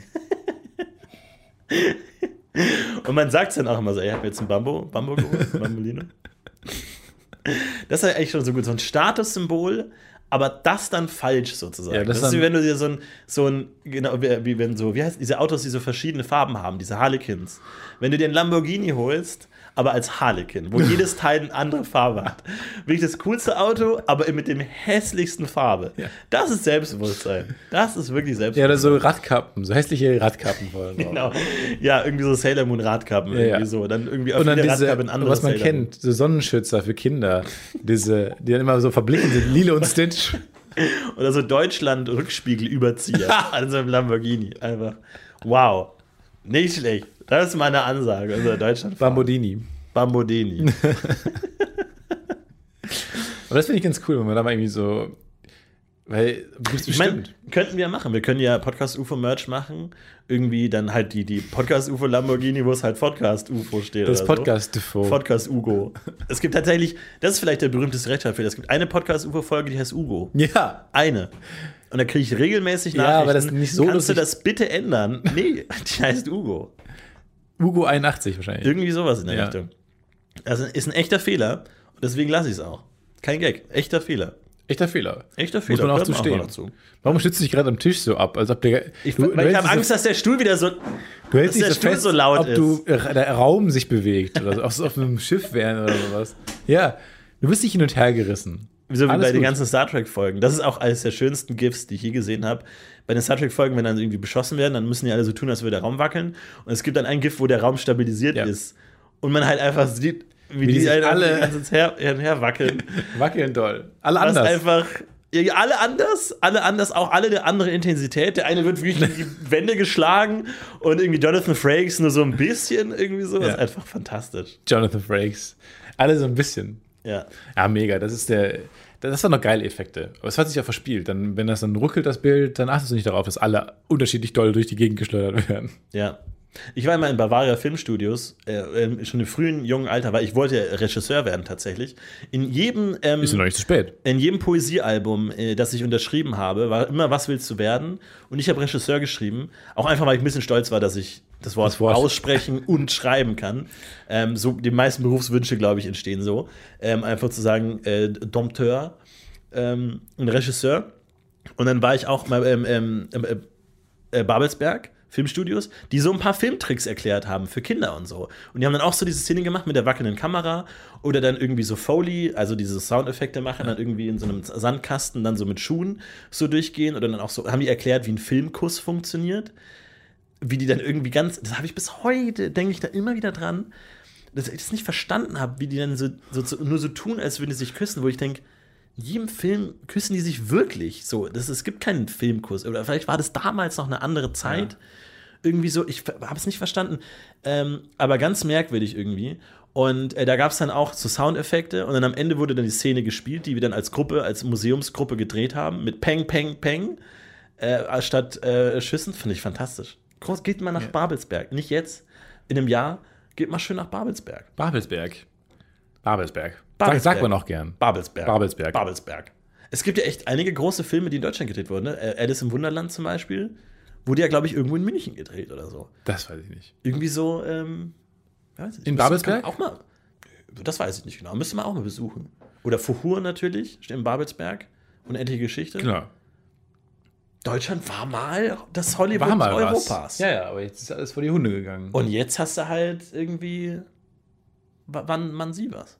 Und man sagt es dann auch immer so, ey, ich hab jetzt ein Bambo, Bambo geholt, Bambolino. Das ist ja eigentlich schon so gut, so ein Statussymbol, aber das dann falsch sozusagen. Ja, das, das ist wie dann- wenn du dir so ein, so ein, genau, wie, wie wenn so, wie heißt diese Autos, die so verschiedene Farben haben, diese Harlequins. Wenn du dir einen Lamborghini holst, aber als Harlequin, wo jedes Teil eine andere Farbe hat. Wirklich das coolste Auto, aber mit dem hässlichsten Farbe. Ja. Das ist Selbstbewusstsein. Das ist wirklich Ja, Selbstbewusstsein. oder so Radkappen, so hässliche Radkappen vorne drauf. Genau. Ja, irgendwie so Sailor Moon Radkappen, Ja, irgendwie ja. so. Dann irgendwie Und dann viele diese, Radkappen in andere was man Sailor Moon. kennt, so Sonnenschützer für Kinder, diese, die dann immer so verblichen sind, Lilo und Stitch. Oder so Deutschland-Rückspiegelüberzieher an so einem Lamborghini. Einfach, wow. Nicht schlecht. Das ist meine Ansage. Unser Deutschland. Bambodini. Bambodini. Aber das finde ich ganz cool, wenn man da mal irgendwie so, weil, gibt's Ich meine, bestimmt. könnten wir machen. Wir können ja Podcast-U F O-Merch machen. Irgendwie dann halt die, die Podcast-U F O-Lamborghini, wo es halt Podcast-U F O steht. Das oder Podcast-Default. So. Podcast-Ugo. Es gibt tatsächlich, das ist vielleicht der berühmteste Rechtschreibfehler. Es gibt eine Podcast-U F O-Folge, die heißt Ugo. Ja, Eine. Und da kriege ich regelmäßig Ja, Nachrichten. aber das ist nicht so Kannst du lustig. das bitte ändern? Nee, die heißt Ugo. Ugo einundachtzig wahrscheinlich. Irgendwie sowas in der Ja. Richtung. Das ist ein echter Fehler. Und deswegen lasse ich es auch. Kein Gag. Echter Fehler. Echter Fehler. Echter Muss Fehler. man auch Hört zu mal stehen. dazu. Warum stützt du dich gerade am Tisch so ab, als ob der. Ich, du, weil ich hältst habe dich Angst, so, dass der Stuhl wieder so. du hältst dass dich der so Stuhl fest, so laut ob ist. du äh, der Raum sich bewegt oder so, ob es auf einem Schiff wäre oder sowas. Ja, du bist nicht hin und her gerissen. So wie Alles bei den gut. ganzen Star Trek-Folgen. Das ist auch eines der schönsten GIFs, die ich je gesehen habe. Bei den Star Trek-Folgen, wenn dann irgendwie beschossen werden, dann müssen die alle so tun, als würde der Raum wackeln. Und es gibt dann ein GIF, wo der Raum stabilisiert Ja. ist. Und man halt einfach sieht, wie, Wie die die, sich alle alle- die ganze Zeit her, her, her wackeln. Wackeln doll. Alle Was anders. einfach. Ja, alle anders, alle anders, auch alle eine andere Intensität. Der eine wird wirklich in die Wände geschlagen und irgendwie Jonathan Frakes nur so ein bisschen irgendwie so. Das Ja. ist einfach fantastisch. Jonathan Frakes. Alle so ein bisschen. Ja. Ja, mega. Das ist der. Das waren noch geile Effekte. Aber es hat sich ja verspielt. Dann, wenn das dann ruckelt, das Bild, dann achtest du nicht darauf, dass alle unterschiedlich doll durch die Gegend geschleudert werden. Ja. Ich war immer in Bavaria Filmstudios, äh, schon im frühen, jungen Alter, weil ich wollte ja Regisseur werden tatsächlich. In jedem, ähm, Ist ja noch nicht zu spät. in jedem Poesiealbum, äh, das ich unterschrieben habe, war immer, was willst du werden? Und ich habe Regisseur geschrieben, auch einfach, weil ich ein bisschen stolz war, dass ich das Wort, Das Wort. aussprechen und schreiben kann. Ähm, so die meisten Berufswünsche, glaube ich, entstehen so. Ähm, einfach zu sagen, äh, Dompteur, ähm, ein Regisseur. Und dann war ich auch mal ähm, ähm, äh, äh, Babelsberg, Filmstudios, die so ein paar Filmtricks erklärt haben für Kinder und so. Und die haben dann auch so diese Szene gemacht mit der wackelnden Kamera oder dann irgendwie so Foley, also diese Soundeffekte machen, dann irgendwie in so einem Sandkasten dann so mit Schuhen so durchgehen oder dann auch so, haben die erklärt, wie ein Filmkuss funktioniert. Wie die dann irgendwie ganz, das habe ich bis heute, denke ich da immer wieder dran, dass ich das nicht verstanden habe, wie die dann so, so, so nur so tun, als würden sie sich küssen, wo ich denke, in jedem Film küssen die sich wirklich so. Das, es gibt keinen Filmkuss. Oder vielleicht war das damals noch eine andere Zeit. Ja. Irgendwie so, ich habe es nicht verstanden. Ähm, aber ganz merkwürdig irgendwie. Und äh, da gab es dann auch so Soundeffekte. Und dann am Ende wurde dann die Szene gespielt, die wir dann als Gruppe, als Museumsgruppe gedreht haben. Mit Peng, Peng, Peng. Äh, statt äh, Schüssen. Finde ich fantastisch. Groß, geht mal nach ja. Babelsberg. Nicht jetzt, in einem Jahr. Geht mal schön nach Babelsberg. Babelsberg. Babelsberg. Babelsberg. Sagt man noch gern. Babelsberg. Babelsberg. Babelsberg. Es gibt ja echt einige große Filme, die in Deutschland gedreht wurden. Ne? Alice im Wunderland zum Beispiel. Wurde ja, glaube ich, irgendwo in München gedreht oder so. Das weiß ich nicht. Irgendwie so, ähm, weiß ich, in Babelsberg? Auch mal, das weiß ich nicht genau. Müsste man auch mal besuchen. Oder Fuhur natürlich, steht in Babelsberg. Unendliche Geschichte. Genau. Deutschland war mal das Hollywood war mal Europas. Was. Ja, ja, aber jetzt ist alles vor die Hunde gegangen. Und jetzt hast du halt irgendwie, wann man sie was.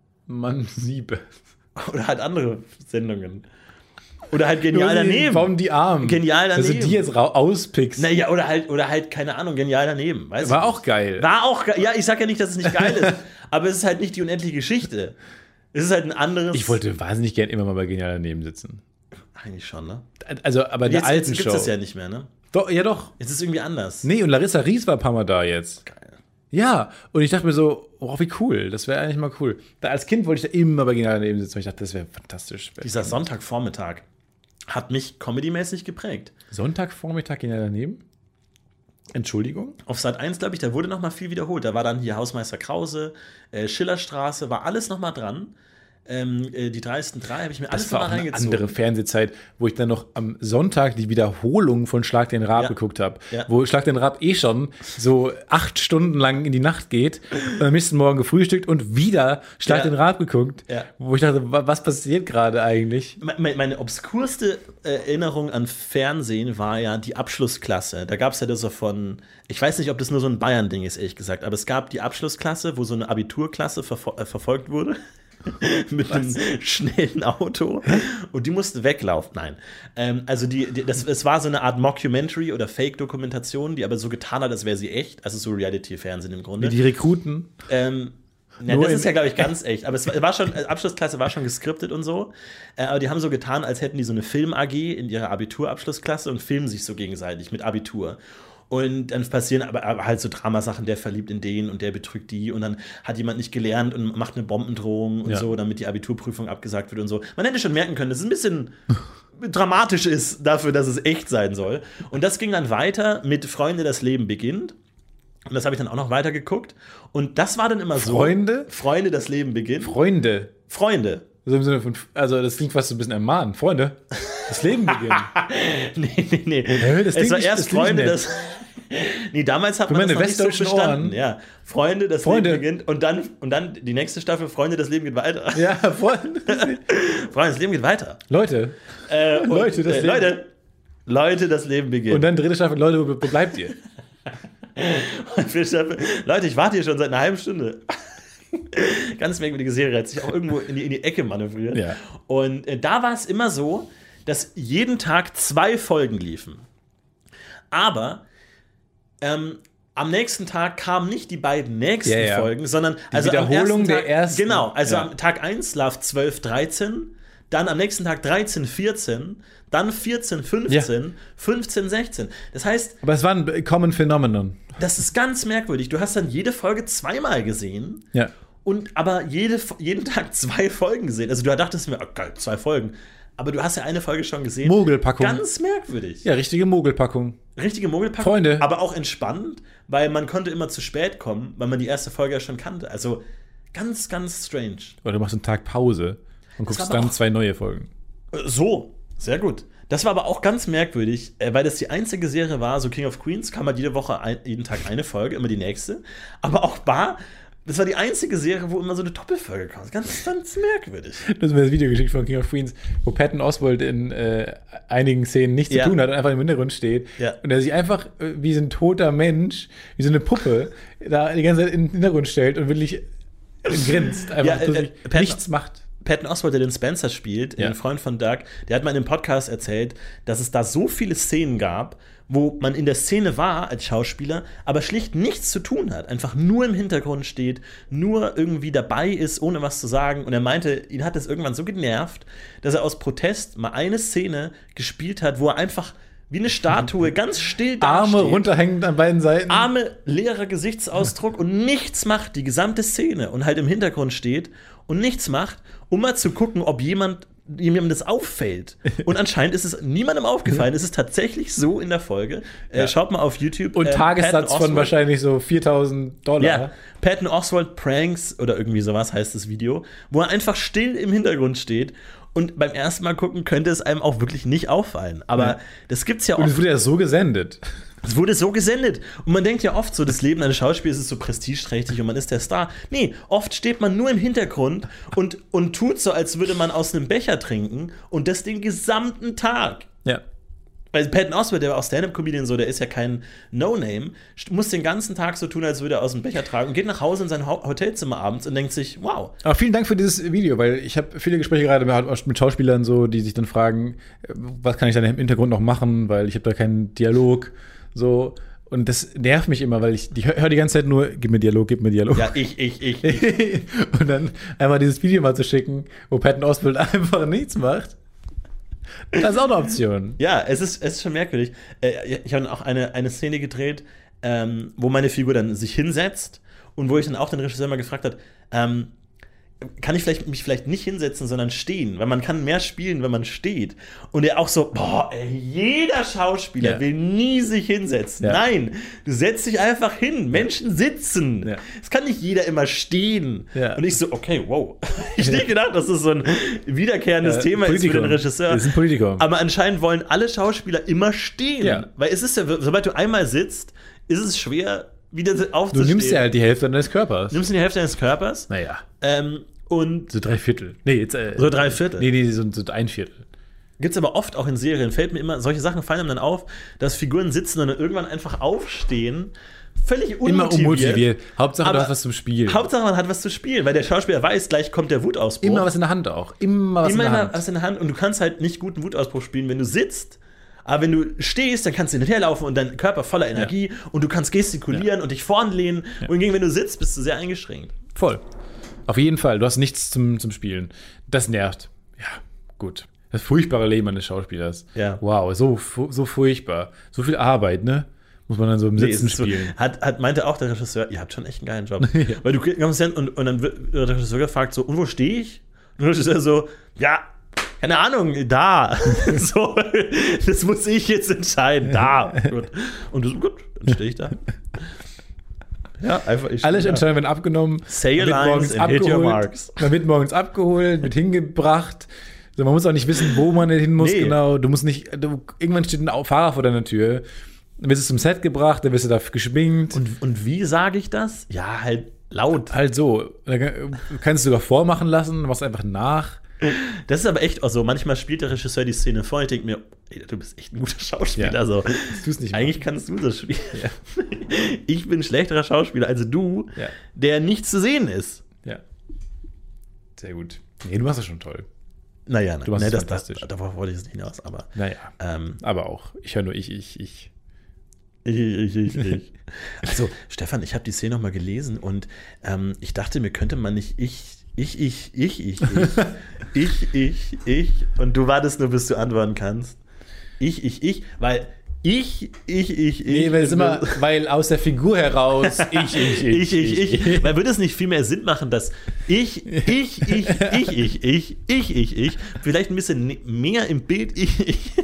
Man siebe. Oder halt andere Sendungen. Oder halt genial daneben. Warum die Armen? Genial daneben. Dass du die jetzt auspickst. Naja, oder halt, oder halt, keine Ahnung, genial daneben. Weiß War ich auch geil. War auch geil. Ja, ich sag ja nicht, dass es nicht geil ist. Aber es ist halt nicht die unendliche Geschichte. Es ist halt ein anderes. Ich wollte wahnsinnig gern immer mal bei Genial daneben sitzen. Eigentlich schon, ne? Also, aber der alten jetzt Show. Jetzt gibt es ja nicht mehr, ne? Doch, ja doch. Jetzt ist es irgendwie anders. Nee, und Larissa Ries war ein paar Mal da jetzt. Geil. Ja, und ich dachte mir so, oh, wie cool, das wäre eigentlich mal cool. Da, als Kind wollte ich da immer bei Genial daneben sitzen, weil ich dachte, das wäre fantastisch. Dieser Sonntagvormittag hat mich comedymäßig geprägt. Sonntagvormittag Genial daneben? Entschuldigung? Auf Sat eins, glaube ich, da wurde noch mal viel wiederholt. Da war dann hier Hausmeister Krause, äh, Schillerstraße, war alles noch mal dran. Ähm, äh, die dreisten drei habe ich mir alles das war noch mal auch eine reingezogen. andere Fernsehzeit, wo ich dann noch am Sonntag die Wiederholung von Schlag den Raab Ja. geguckt habe. Ja. Wo Schlag den Raab eh schon so acht Stunden lang in die Nacht geht und am nächsten Morgen gefrühstückt und wieder Schlag Ja. den Raab geguckt. Ja. Wo ich dachte, wa- was passiert gerade eigentlich? Me- Meine obskurste Erinnerung an Fernsehen war ja die Abschlussklasse. Da gab es ja das so von, ich weiß nicht, ob das nur so ein Bayern-Ding ist, ehrlich gesagt, aber es gab die Abschlussklasse, wo so eine Abiturklasse verfol- äh, verfolgt wurde. Mit einem schnellen Auto. Und die musste weglaufen. Nein. Ähm, also die, die, das, es war so eine Art Mockumentary oder Fake-Dokumentation, die aber so getan hat, als wäre sie echt. Also so Reality-Fernsehen im Grunde. Wie die Rekruten. Ähm, ja, Nur das in- ist ja, glaube ich, ganz echt. Aber es war, war schon, Abschlussklasse war schon geskriptet und so. Äh, aber die haben so getan, als hätten die so eine Film-A G in ihrer Abiturabschlussklasse und filmen sich so gegenseitig mit Abitur. Und dann passieren aber, aber halt so Dramasachen, der verliebt in den und der betrügt die und dann hat jemand nicht gelernt und macht eine Bombendrohung und Ja. so, damit die Abiturprüfung abgesagt wird und so. Man hätte schon merken können, dass es ein bisschen dramatisch ist dafür, dass es echt sein soll. Und das ging dann weiter mit Freunde, das Leben beginnt. Und das habe ich dann auch noch weiter geguckt. Und das war dann immer so. Freunde? Freunde, das Leben beginnt. Freunde. Freunde. So im Sinne von, also das klingt fast so ein bisschen ermahnen. Freunde, das Leben beginnt. Nee, nee, nee. Hä, das es klingt war nicht- erst das klingt Freunde, nett. das. Nee, damals hat Für man das meine noch nicht so westdeutschen verstanden. Ohren. Ja. Freunde, das Freunde. Leben beginnt. Und dann, und dann die nächste Staffel, Freunde, das Leben geht weiter. Ja, Freunde. Freunde, das Leben geht weiter. Leute. Äh, und, Leute, das äh, Leben- Leute, Leute, das Leben beginnt. Und dann dritte Staffel, Leute, wo, wo bleibt ihr? Und vierte Staffel, Leute, ich warte hier schon seit einer halben Stunde. Ganz merkwürdige Serie, hat sich auch irgendwo in die, in die Ecke manövriert. Ja. Und äh, da war es immer so, dass jeden Tag zwei Folgen liefen. Aber ähm, am nächsten Tag kamen nicht die beiden nächsten Ja, ja. Folgen, sondern Die also am Wiederholung ersten Tag, der ersten. Genau, also Ja. am Tag eins lief zwölf dreizehn, dann am nächsten Tag dreizehn vierzehn, dann vierzehn fünfzehn, fünfzehn sechzehn. Das heißt, Aber es war ein Common Phenomenon. das ist ganz merkwürdig. Du hast dann jede Folge zweimal gesehen. Ja. Und aber jede, jeden Tag zwei Folgen gesehen. Also du dachtest mir, oh, geil, zwei Folgen. Aber du hast ja eine Folge schon gesehen. Mogelpackung. Ganz merkwürdig. Ja, richtige Mogelpackung. Richtige Mogelpackung. Freunde. Aber auch entspannt, weil man konnte immer zu spät kommen, weil man die erste Folge ja schon kannte. Also ganz, ganz strange. Oder du machst einen Tag Pause und Das guckst war aber dann auch- zwei neue Folgen. Äh, So, sehr gut. Das war aber auch ganz merkwürdig, weil das die einzige Serie war, so King of Queens kam halt jede Woche, ein, jeden Tag eine Folge, immer die nächste. Aber auch Bar, das war die einzige Serie, wo immer so eine Doppelfolge kam. Ganz, ganz merkwürdig. Du hast mir das Video geschickt von King of Queens, wo Patton Oswalt in äh, einigen Szenen nichts ja. zu tun hat und einfach im Hintergrund steht. Ja. Und er sich einfach äh, wie so ein toter Mensch, wie so eine Puppe, da die ganze Zeit in den Hintergrund stellt und wirklich äh, grinst. Einfach ja, äh, äh, nichts macht. Patton Oswalt, der den Spencer spielt, ja. den Freund von Doug, der hat mal in einem Podcast erzählt, dass es da so viele Szenen gab, wo man in der Szene war als Schauspieler, aber schlicht nichts zu tun hat, einfach nur im Hintergrund steht, nur irgendwie dabei ist, ohne was zu sagen. Und er meinte, ihn hat das irgendwann so genervt, dass er aus Protest mal eine Szene gespielt hat, wo er einfach wie eine Statue ganz still dasteht. Arme runterhängend an beiden Seiten. Arme, leerer Gesichtsausdruck und nichts macht, die gesamte Szene, und halt im Hintergrund steht und nichts macht, um mal zu gucken, ob jemand jemandem das auffällt. Und anscheinend ist es niemandem aufgefallen. Es ist tatsächlich so in der Folge. Ja. Äh, schaut mal auf YouTube. Und äh, Tagessatz von wahrscheinlich so viertausend Dollar. Ja, Patton Oswalt Pranks oder irgendwie sowas heißt das Video, wo er einfach still im Hintergrund steht. Und beim ersten Mal gucken könnte es einem auch wirklich nicht auffallen. Aber ja. das gibt's ja oft. Und es wurde ja so gesendet. Es wurde so gesendet. Und man denkt ja oft so, das Leben eines Schauspielers ist so prestigeträchtig und man ist der Star. Nee, oft steht man nur im Hintergrund und, und tut so, als würde man aus einem Becher trinken und das den gesamten Tag. Ja. Weil Patton Oswalt, der war auch Stand-Up-Comedian, so, der ist ja kein No-Name, muss den ganzen Tag so tun, als würde er aus dem Becher tragen und geht nach Hause in sein Hotelzimmer abends und denkt sich, wow. Aber vielen Dank für dieses Video, weil ich habe viele Gespräche gerade mit Schauspielern so, die sich dann fragen, was kann ich dann im Hintergrund noch machen, weil ich habe da keinen Dialog, so. Und das nervt mich immer, weil ich die höre die ganze Zeit nur, gib mir Dialog, gib mir Dialog. Ja, ich, ich, ich, ich. Und dann einmal dieses Video mal zu schicken, wo Patton Oswalt einfach nichts macht. Das ist auch eine Option. Ja, es ist, es ist schon merkwürdig. Ich habe auch eine, eine Szene gedreht, ähm, wo meine Figur dann sich hinsetzt und wo ich dann auch den Regisseur mal gefragt habe, ähm, kann ich vielleicht, mich vielleicht nicht hinsetzen, sondern stehen? Weil man kann mehr spielen, wenn man steht. Und er auch so, boah, ey, jeder Schauspieler ja. will nie sich hinsetzen. Ja. Nein, du setzt dich einfach hin. Menschen sitzen. Ja. Es kann nicht jeder immer stehen. Ja. Und ich so, okay, wow. Ich hätte gedacht, dass das so ein wiederkehrendes ja, Thema Politikum. Ist für den Regisseur. Das ist ein Politikum. Aber anscheinend wollen alle Schauspieler immer stehen. Ja. Weil es ist ja, sobald du einmal sitzt, ist es schwer, wieder aufzustehen. Du nimmst ja halt die Hälfte deines Körpers. Du nimmst die Hälfte deines Körpers. Naja. Ähm, Und so drei Viertel. Nee, jetzt, äh, so drei Viertel? Nee, nee, so, so ein Viertel. Gibt's aber oft auch in Serien. Fällt mir immer, solche Sachen fallen einem dann auf, dass Figuren sitzen und dann irgendwann einfach aufstehen. Völlig unmotiviert. Immer unmotiviert. Hauptsache, aber du hast was zum Spielen. Hauptsache, man hat was zu spielen, weil der Schauspieler weiß, gleich kommt der Wutausbruch. Immer was in der Hand auch. Immer was immer in der Hand. was in der Hand. Und du kannst halt nicht guten Wutausbruch spielen, wenn du sitzt. Aber wenn du stehst, dann kannst du hin und her laufen und dein Körper voller Energie ja. und du kannst gestikulieren ja. und dich vorn lehnen. Ja. Und hingegen, wenn du sitzt, bist du sehr eingeschränkt. Voll. Auf jeden Fall, du hast nichts zum, zum Spielen. Das nervt. Ja, gut. Das furchtbare Leben eines Schauspielers. Ja. Wow, so, so furchtbar. So viel Arbeit, ne? Muss man dann so im Sitzen nee, spielen. So, hat, hat, meinte auch der Regisseur, ihr habt schon echt einen geilen Job. ja. Weil du kommst hin und, und dann wird der Regisseur gefragt, so, und wo stehe ich? Und der Regisseur so, ja, keine Ahnung, da. so, das muss ich jetzt entscheiden, da. Gut. Und du so, gut, dann stehe ich da. Ja, einfach ich Alle Entscheidungen werden abgenommen. Say your lines and hit your marks. Man wird morgens abgeholt, wird hingebracht. Also man muss auch nicht wissen, wo man hin muss, nee. genau. Du musst nicht, du, irgendwann steht ein Fahrer vor deiner Tür. Dann wirst du zum Set gebracht, dann wirst du da geschminkt. Und, und wie sage ich das? Ja, halt laut. Halt so. Dann kannst du sogar vormachen lassen, machst einfach nach. Das ist aber echt auch so. Manchmal spielt der Regisseur die Szene vor und ich denke mir, ey, du bist echt ein guter Schauspieler. Ja. So. Nicht Eigentlich kannst du das spielen. Ja. Ich bin ein schlechterer Schauspieler als du, ja. der nicht zu sehen ist. Ja. Sehr gut. Nee, du machst das schon toll. Naja, du machst nee, das fantastisch. Das, darauf wollte ich es nicht hinaus, aber. Naja. Ähm, aber auch. Ich höre nur ich, ich, ich. Ich, ich, ich, ich. Also, Stefan, ich habe die Szene nochmal gelesen und ähm, ich dachte, mir könnte man nicht ich. Ich, ich, ich, ich, ich, ich, ich, ich, und du wartest nur, bis du antworten kannst. Ich, ich, ich, weil ich, ich, ich, ich. Nee, weil es immer, weil aus der Figur heraus ich, ich, ich, ich, ich, ich. Weil würde es nicht viel mehr Sinn machen, dass ich, ich, ich, ich, ich, ich, ich, ich, ich, vielleicht ein bisschen mehr im Bild ich, ich.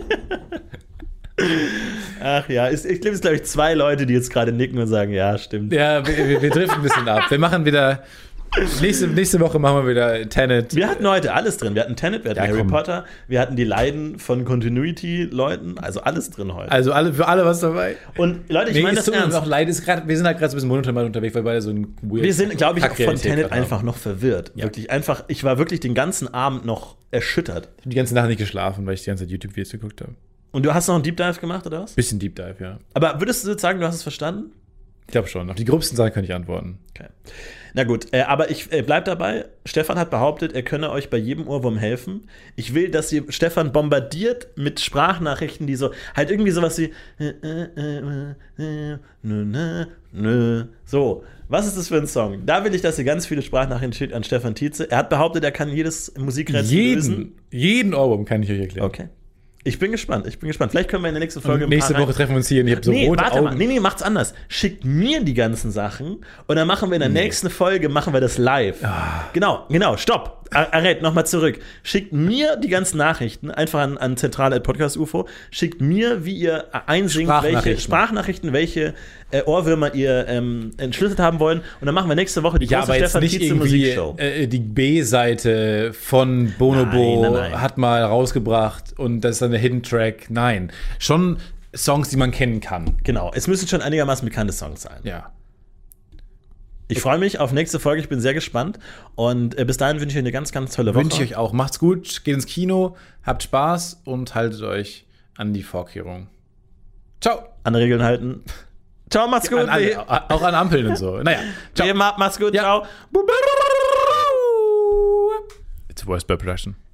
Ach ja, ich glaube, es glaube ich zwei Leute, die jetzt gerade nicken und sagen, ja, stimmt. Ja, wir, wir, wir driften ein bisschen ab. Wir machen wieder nächste, nächste Woche machen wir wieder Tenet. Wir hatten heute alles drin. Wir hatten Tenet, wir hatten Ja, Harry komm. Potter, wir hatten die Leiden von Continuity-Leuten, also alles drin heute. Also alle, für alle was dabei. Und Leute, ich meine das es tut uns ernst. auch leid, ist grad, wir sind halt gerade so ein bisschen monoton unterwegs, weil beide so ein weird Wir sind, glaube ich, auch von Kackrealität Tenet grad haben. einfach noch verwirrt. Wirklich einfach, ich war wirklich den ganzen Abend noch erschüttert. Ich habe die ganze Nacht nicht geschlafen, weil ich die ganze Zeit YouTube-Videos geguckt habe. Und du hast noch einen Deep Dive gemacht, oder was? Bisschen Deep Dive, ja. Aber würdest du jetzt sagen, du hast es verstanden? Ich glaube schon. Auf die gröbsten Sachen kann ich antworten. Okay. Na gut, äh, aber ich äh, bleib dabei. Stefan hat behauptet, er könne euch bei jedem Ohrwurm helfen. Ich will, dass ihr Stefan bombardiert mit Sprachnachrichten, die so, halt irgendwie sowas wie äh, äh, äh, äh, nö, nö, nö. So, was ist das für ein Song? Da will ich, dass ihr ganz viele Sprachnachrichten schickt an Stefan Tietze. Er hat behauptet, er kann jedes Musikrätsel lösen. Jeden, jeden Ohrwurm kann ich euch erklären. Okay. Ich bin gespannt, ich bin gespannt. Vielleicht können wir in der nächsten Folge Und nächste ein paar Woche treffen wir uns hier und ich habe so nee, rote warte Augen. mal. Nee, nee, macht's anders. Schickt mir die ganzen Sachen und dann machen wir in der Nee. nächsten Folge machen wir das live. Genau, genau, stopp. Arrête, nochmal zurück. Schickt mir die ganzen Nachrichten einfach an, an zentrale Podcast U F O. Schickt mir, wie ihr einsingt, welche Sprachnachrichten. Sprachnachrichten, welche äh, Ohrwürmer ihr ähm, entschlüsselt haben wollen. Und dann machen wir nächste Woche die Ja, große aber jetzt Stefan nicht Tietze irgendwie Musikshow. äh, die B-Seite von Bonobo Nein, nein, nein. hat mal rausgebracht und das ist dann der Hidden Track. Nein, schon Songs, die man kennen kann. Genau, es müssen schon einigermaßen bekannte Songs sein. Ja. Ich freue mich auf nächste Folge, ich bin sehr gespannt. Und äh, bis dahin wünsche ich euch eine ganz, ganz tolle Woche. Wünsche ich euch auch. Macht's gut, geht ins Kino, habt Spaß und haltet euch an die Vorkehrungen. Ciao. An Regeln halten. Ciao, macht's gut. An alle, auch an Ampeln und so. Naja, ciao. Ciao. Macht's gut, Ja. ciao. It's a worst by production.